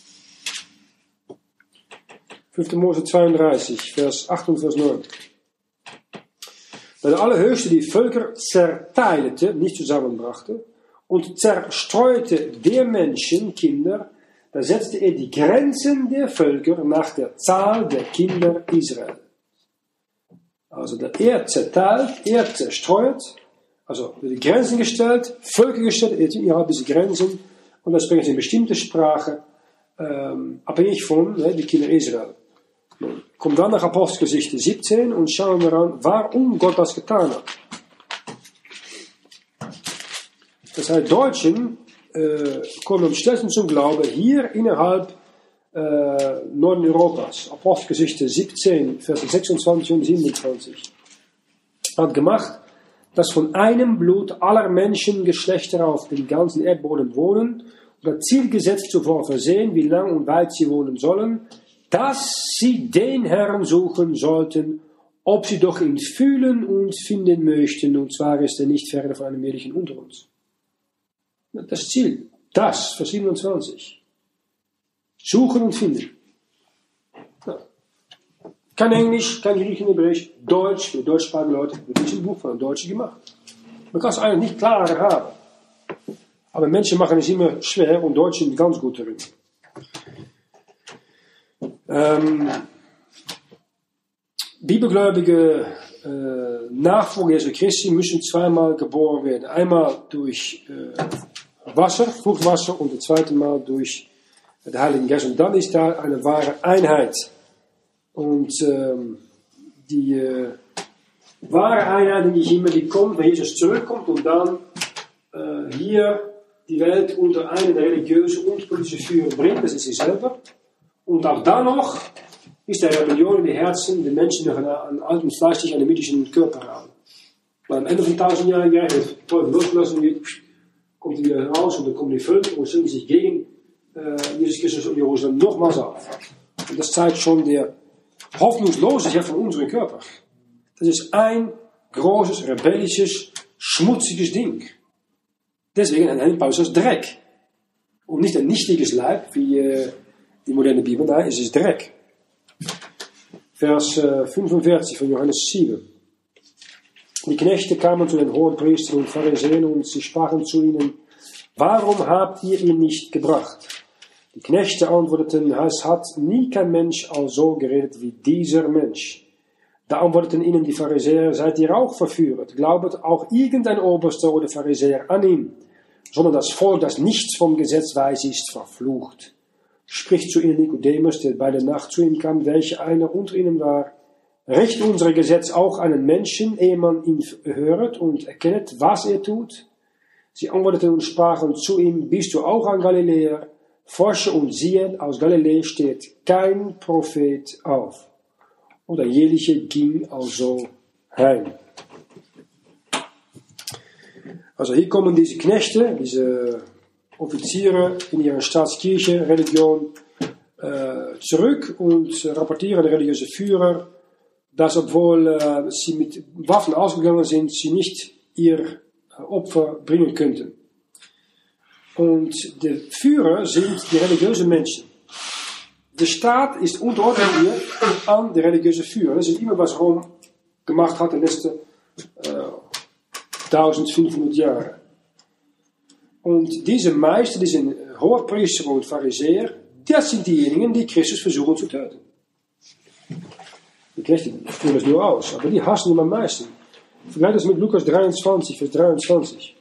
5. Mose 32, Vers 8 und Vers 9. Weil der Allerhöchste die Völker zerteilte, nicht zusammenbrachte, und zerstreute der Menschen, Kinder, da setzte er die Grenzen der Völker nach der Zahl der Kinder Israel. Also er zerteilt, er zerstreut, also die Grenzen gestellt, Völker gestellt, innerhalb dieser Grenzen, und das bringt eine bestimmte Sprache, abhängig von die Kinder Israel. Kommt dann nach Apostelgeschichte 17 und schauen wir an, warum Gott das getan hat. Das heißt, Deutschen kommen am schnellsten zum Glauben hier innerhalb Norden Europas. Apostelgeschichte 17, Vers 26 und 27. Hat gemacht, dass von einem Blut aller Menschengeschlechter auf dem ganzen Erdboden wohnen und das Ziel gesetzt zuvor versehen, wie lang und weit sie wohnen sollen, dass sie den Herrn suchen sollten, ob sie doch ihn fühlen und finden möchten, und zwar ist er nicht ferner von einem Mädchen unter uns. Das Ziel, das, Vers 27. Suchen und finden. Ja. Kein Englisch, kein Griechisch, Hebräisch, Deutsch, für deutschsprachige Leute, wird dieses Buch von einem Deutschen gemacht. Man kann es eigentlich nicht klarer haben. Aber Menschen machen es immer schwer und Deutsche sind ganz gut darin. Bibelgläubige Nachfolger Jesu Christi müssen zweimal geboren werden. Einmal durch Wasser, Fruchtwasser, und das zweite Mal durch den Heiligen Geist. Und dann ist da eine wahre Einheit. Und die wahre Einheit, denke ich immer, die kommt, wenn Jesus zurückkommt und dann hier die Welt unter eine religiöse und politische Führung bringt. Das ist sie selber. Und auch dann noch ist der Rebellion in den Herzen der Menschen noch an alt und fleischlich einen mythischen Körper haben. Weil am Ende von 1000 Jahren, der Teufel losgelassen wird, kommt er wieder raus und dann kommen die Völker und stellen sich gegen Jesus Christus und Jerusalem nochmals auf. Und das zeigt schon der Hoffnungslosigkeit von unserem Körper. Das ist ein großes, rebellisches, schmutziges Ding. Deswegen nennt Paulus das Dreck. Und nicht ein nichtiges Leib, wie die moderne Bibel, nein, es ist Dreck. Vers 45 von Johannes 7. Die Knechte kamen zu den Hohenpriestern und Pharisäern und sie sprachen zu ihnen, warum habt ihr ihn nicht gebracht? Die Knechte antworteten, es hat nie kein Mensch also geredet wie dieser Mensch. Da antworteten ihnen die Pharisäer, seid ihr auch verführt? Glaubet auch irgendein Oberster oder Pharisäer an ihn, sondern das Volk, das nichts vom Gesetz weiß, ist verflucht. Spricht zu ihnen Nikodemus, der bei der Nacht zu ihm kam, welcher einer unter ihnen war. Recht unser Gesetz auch einen Menschen, ehe man ihn höret und erkennet, was er tut? Sie antworteten und sprachen zu ihm, bist du auch ein Galiläer? forsche und siehe, aus Galiläa steht kein Prophet auf. Und der Jährliche ging also heim. Also hier kommen diese Knechte, diese Offiziere in ihrer Staatskirche, Religion, zurück und rapportieren der religiöse Führer, dass obwohl sie mit Waffen ausgegangen sind, sie nicht ihr Opfer bringen könnten. Und die Führer sind die religiösen Menschen. Der Staat ist unterordnet an die religiösen Führer. Das ist immer, was Rom gemacht hat in den letzten 1500 Jahren. Und diese Meister, diese Hohepriester und Pharisäer, das sind diejenigen, die Christus versuchen zu töten. Die Knechte führen das nur aus, aber die hassen ihn am meisten. Vergleich das mit Lukas 23, Vers 23.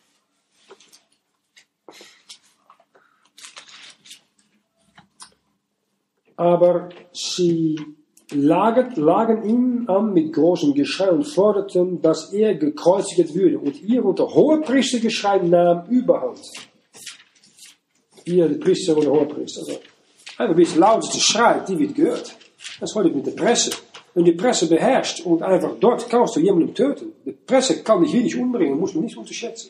Aber sie lagen ihm an mit großem Geschrei und forderten, dass er gekreuzigt würde. Und ihr unter Hohepriestergeschrei nahm Überhand. Ihr, die Priester und Hohepriester. Also, einfach wie es lauteste schreit, die wird gehört. Das ist heute mit der Presse. Wenn die Presse beherrscht und einfach dort kannst du jemanden töten. Die Presse kann dich wirklich umbringen, muss man nicht unterschätzen.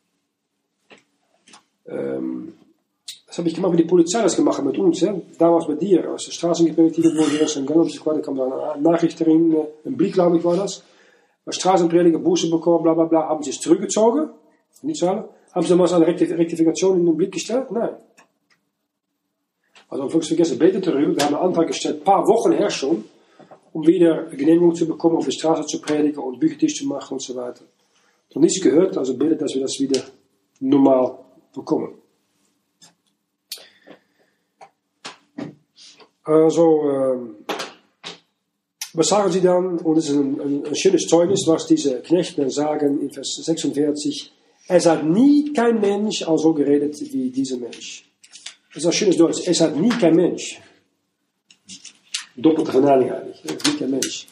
Das habe ich gemacht, wie die Polizei das gemacht hat mit uns. Damals mit dir, als de Straßenprediger wo wir uns gegangen sind, da kam da eine Nachricht drin, ein Blick, glaube ich, war das. Als Straßenprediger Buße bekommen, bla bla bla, haben sie es zurückgezogen. Nicht so alle. Haben sie damals eine Rektifikation in den Blick gestellt? Nein. Also am Volksvergessen beter terug. Wir haben einen Antrag gestellt, ein paar Wochen her schon, um wieder Genehmigung zu bekommen, auf die Straße zu predigen und Büchertisch zu machen und so weiter. Noch nichts gehört, also bitte, dass wir das wieder normal bekommen. Also, was sagen sie dann? Und es ist ein schönes Zeugnis, was diese Knechte sagen in Vers 46. Es hat nie kein Mensch auch so geredet wie dieser Mensch. Das ist ein schönes Deutsch. Es hat nie kein Mensch. Doppelte Verneinung eigentlich. Es hat nie kein Mensch.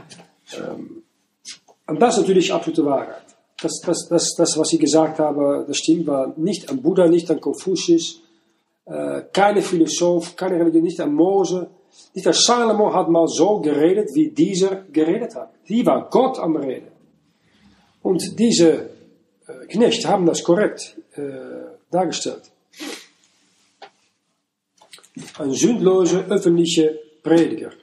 Und das ist natürlich absolute Wahrheit. Das, was ich gesagt habe, das stimmt, war nicht an Buddha, nicht an Konfuzius, keine Philosoph, keine Religion, nicht an Mose, nicht an Salomo hat mal so geredet, wie dieser geredet hat. Die war Gott am Reden. Und diese Knechte haben das korrekt dargestellt. Ein sündloser öffentlicher Prediger.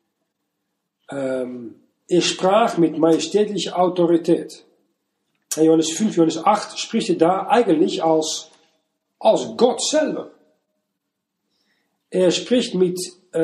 Er sprach mit majestätlicher Autorität. In Johannes 5, Johannes 8 spricht er da eigentlich als Gott selber. Er spricht mit,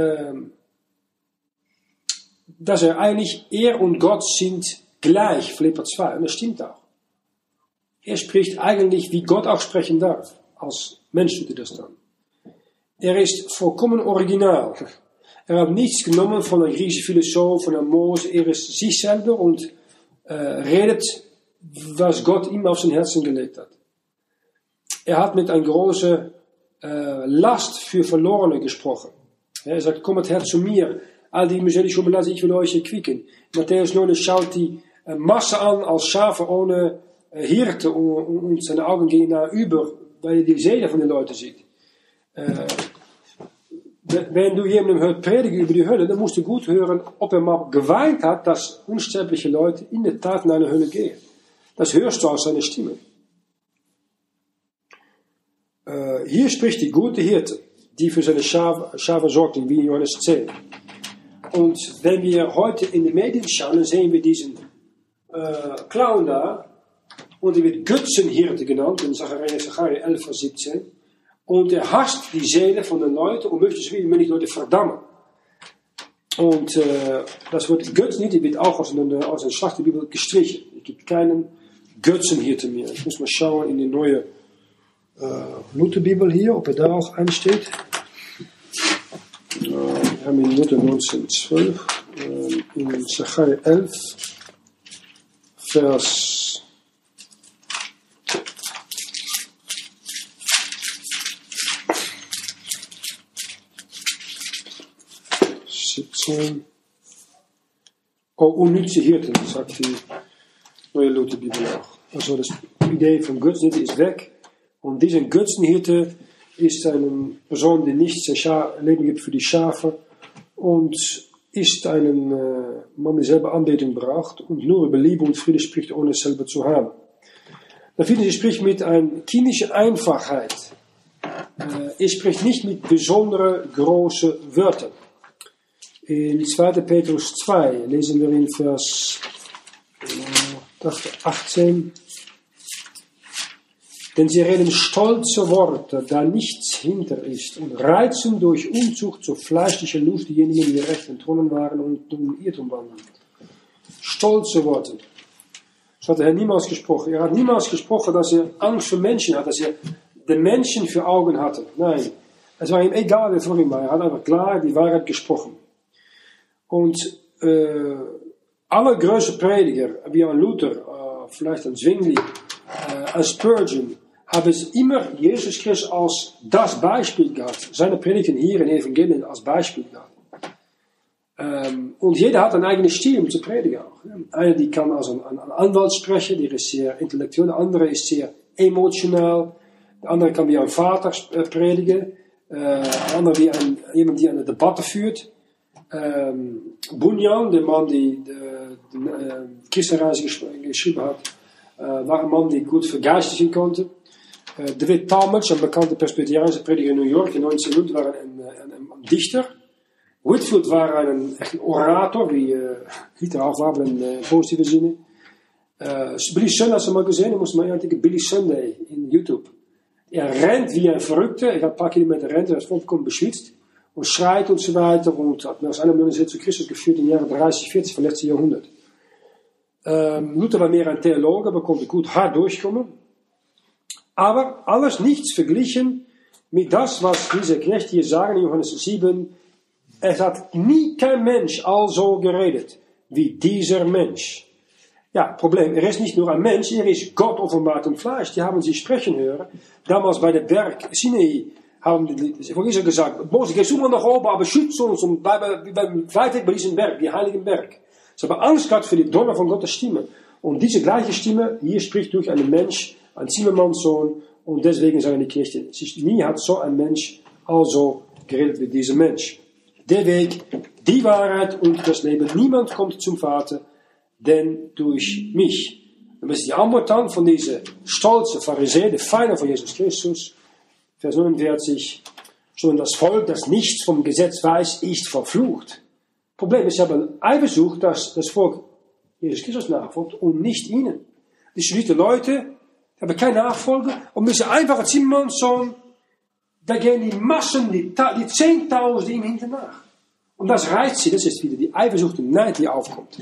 dass eigentlich er und Gott sind gleich, Philipper 2, und das stimmt auch. Er spricht eigentlich, wie Gott auch sprechen darf. Als Mensch tut er das dann. Er ist vollkommen original. Er hat nichts genommen von einem griechischen Philosoph, von einem Mose. Er ist sich selber und redet, was Gott ihm auf sein Herzen gelegt hat. Er hat mit einer großen Last für Verlorene gesprochen. Er sagt, kommt her zu mir, all die mühselig schon belassen, ich will euch erquicken. Matthäus 9 schaut die Masse an als Schafe ohne Hirte und seine Augen gehen nach über, weil er die Seele von den Leuten sieht. Wenn du jemandem hört predigen über die Hölle, dann musst du gut hören, ob er mal geweint hat, dass unsterbliche Leute in der Tat in eine Hölle gehen. Das hörst du aus seiner Stimme. Hier spricht die gute Hirte, die für seine Schafe sorgt, wie in Johannes 10. Und wenn wir heute in die Medien schauen, dann sehen wir diesen Clown da, und er wird Götzenhirte genannt, in Sacharja 11, Vers 17. Und er hasst die Seele von den Leuten und möchte so wie möglich Leute verdammen. Und das Wort Götzenhirte wird auch aus der Schlachterbibel gestrichen. Es gibt keinen Götzenhirte mehr. Ich muss mal schauen in die neue Lutherbibel hier, ob er da auch einsteht. Wir haben in Luther 1912, in Sacharja 11, Vers 17. Oh, unnütze Hirten, sagt die neue Lutherbibel auch. Also die Idee von Götzenhirte ist weg. Und diese Götzenhirte ist eine Person, die nicht sein Leben gibt für die Schafe und ist ein Mann, der selber Anbetung braucht und nur über Liebe und Friede spricht, ohne es selber zu haben. Da finde ich, spricht mit einer kindischen Einfachheit. Er spricht nicht mit besonderen großen Wörtern. In 2. Petrus 2 lesen wir in Vers 18. Denn sie reden stolze Worte, da nichts hinter ist, und reizen durch Unzucht zur fleischlichen Lust diejenigen, die recht entronnen waren und um Irrtum wandeln. Stolze Worte. Das hat der Herr niemals gesprochen. Er hat niemals gesprochen, dass er Angst vor Menschen hat, dass er den Menschen für Augen hatte. Nein, es war ihm egal, wer vor ihm war. Er hat einfach klar die Wahrheit gesprochen. Und alle große Prediger, wie an Luther, vielleicht an Zwingli, an Spurgeon, haben es immer Jesus Christus als das Beispiel gehabt. Seine Predigten hier in Evangelien als Beispiel gehabt. Und jeder hat einen eigenen Stil, um zu predigen auch. Einer, die kann als ein Anwalt sprechen, der ist sehr intellektuell, der andere ist sehr emotional, der andere kann wie ein Vater predigen, der andere wie jemand, die eine Debatte führt. Bunyan, der Mann, der Christenreise geschrieben hat, war ein Mann, der gut vergeistigen konnte. David Talmage, ein bekannter presbyterianischer Prediger in New York, in 1900 war ein Dichter. Whitefield war ein Orator, wie Hitler auch war, aber in positiver Sinne. Billy Sunday, hast du mal gesehen? Ich muss mal antikken, Billy Sunday in YouTube. Er rennt wie ein Verrückter, ich habe ein paar Kilometer rennt, er ist vollkommen beschwitzt und schreit und so weiter und hat aus einer Million zu Christus geführt in den Jahren 30, 40 vom letzten Jahrhundert. Luther war mehr ein Theologe, aber konnte gut hart durchkommen. Aber alles nichts verglichen mit das, was diese Knechte hier sagen in Johannes 7. Es hat nie kein Mensch also geredet, wie dieser Mensch. Ja, Problem, er ist nicht nur ein Mensch, er ist Gott offenbart im Fleisch. Die haben sie sprechen hören. Damals bei der Berg Sinai haben die von Israel gesagt, Mose, geh mal nach oben, aber schütz uns und bleib weiter bei diesem Berg, die heiligen Berg. Sie haben Angst gehabt für die Donner von Gottes Stimme. Und diese gleiche Stimme, hier spricht durch einen Mensch, ein Zimmermannssohn, und deswegen sagen die Knechte, nie hat so ein Mensch also geredet wie dieser Mensch. Der Weg, die Wahrheit und das Leben. Niemand kommt zum Vater, denn durch mich. Und das ist die Antwort dann von dieser stolzen Pharisäer, der Feinde von Jesus Christus. Vers 49. Sondern das Volk, das nichts vom Gesetz weiß, ist verflucht. Problem ist, sie haben Eifersucht, dass das Volk Jesus Christus nachfolgt und nicht ihnen. Die studierte Leute haben keine Nachfolger und müssen einfach ein Zimmermannssohn. Da gehen die Massen, die Zehntausende ihm hinten nach. Und das reizt sie, das ist wieder die Eifersucht und Neid, die aufkommt.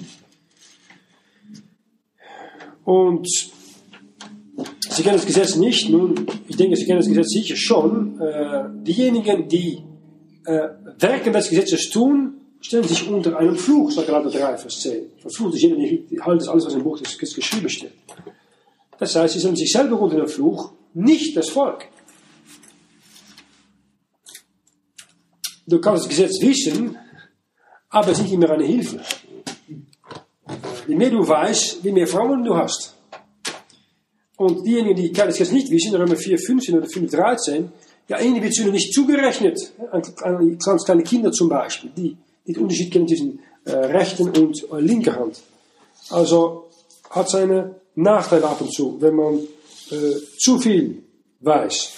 Und sie kennen das Gesetz nicht. Nun, ich denke, sie kennen das Gesetz sicher schon. Diejenigen, die Werke des Gesetzes tun, stellen sich unter einem Fluch, sagt Galater 3, Vers 10. Verflucht ist jeder, der haltet alles, was im Buch des Gesetzes geschrieben steht. Das heißt, sie stellen sich selber unter den Fluch, nicht das Volk. Du kannst das Gesetz wissen, aber es ist nicht immer eine Hilfe. Je mehr du weißt, je mehr Frauen du hast. Und diejenigen, die das Gesetz nicht wissen, Römer 4,15 oder 5,13, ja, ihnen wird es nicht zugerechnet. An ganz kleine Kinder zum Beispiel, die den Unterschied kennen zwischen rechten und linker Hand. Also hat seine Nachteile ab und zu, wenn man zu viel weiß.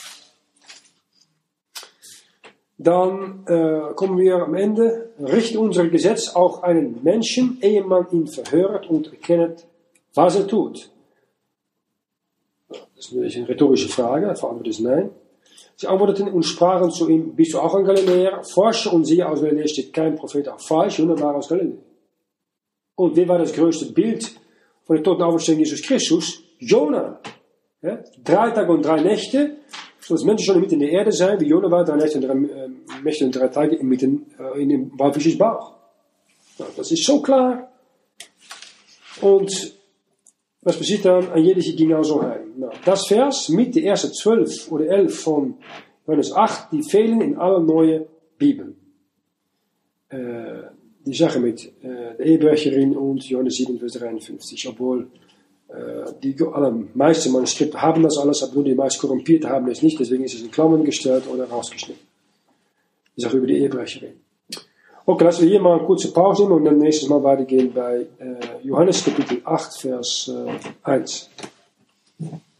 Dann kommen wir am Ende. Richte unser Gesetz auch einen Menschen, ehe man ihn verhört und erkennt, was er tut. Das ist natürlich eine rhetorische Frage, die Antwort ist nein. Sie antworteten und sprachen zu ihm, bist du auch ein Galiläer? Forsche und siehe, aus Galiläa steht kein Prophet, auch falsch, Jonah war aus Galiläa. Und wer war das größte Bild von der toten Auferstehung Jesus Christus? Jonah. Ja? 3 Tage und 3 Nächte, sodass Menschen schon mitten in der Erde sein, wie Jonah war, 3 Nächte und 3 Nächte und 3 Tage mitten in dem Walfisches Bauch. Ja, das ist so klar. Und was passiert dann? Ein jeder ging also heim. Nou, das Vers mit die ersten 12 oder 11 von Johannes 8, die fehlen in alle neue Bibeln. Die Sache mit der Ehebrecherin und Johannes 7, Vers 53. Obwohl Die allermeisten Manuskripte haben das alles, aber nur die meist korrumpiert haben es nicht, deswegen ist es in Klammern gestellt oder rausgeschnitten. Ich sage über die Ehebrecherin. Okay, lassen wir hier mal eine kurze Pause nehmen und dann nächstes Mal weitergehen bei Johannes Kapitel 8, Vers 1.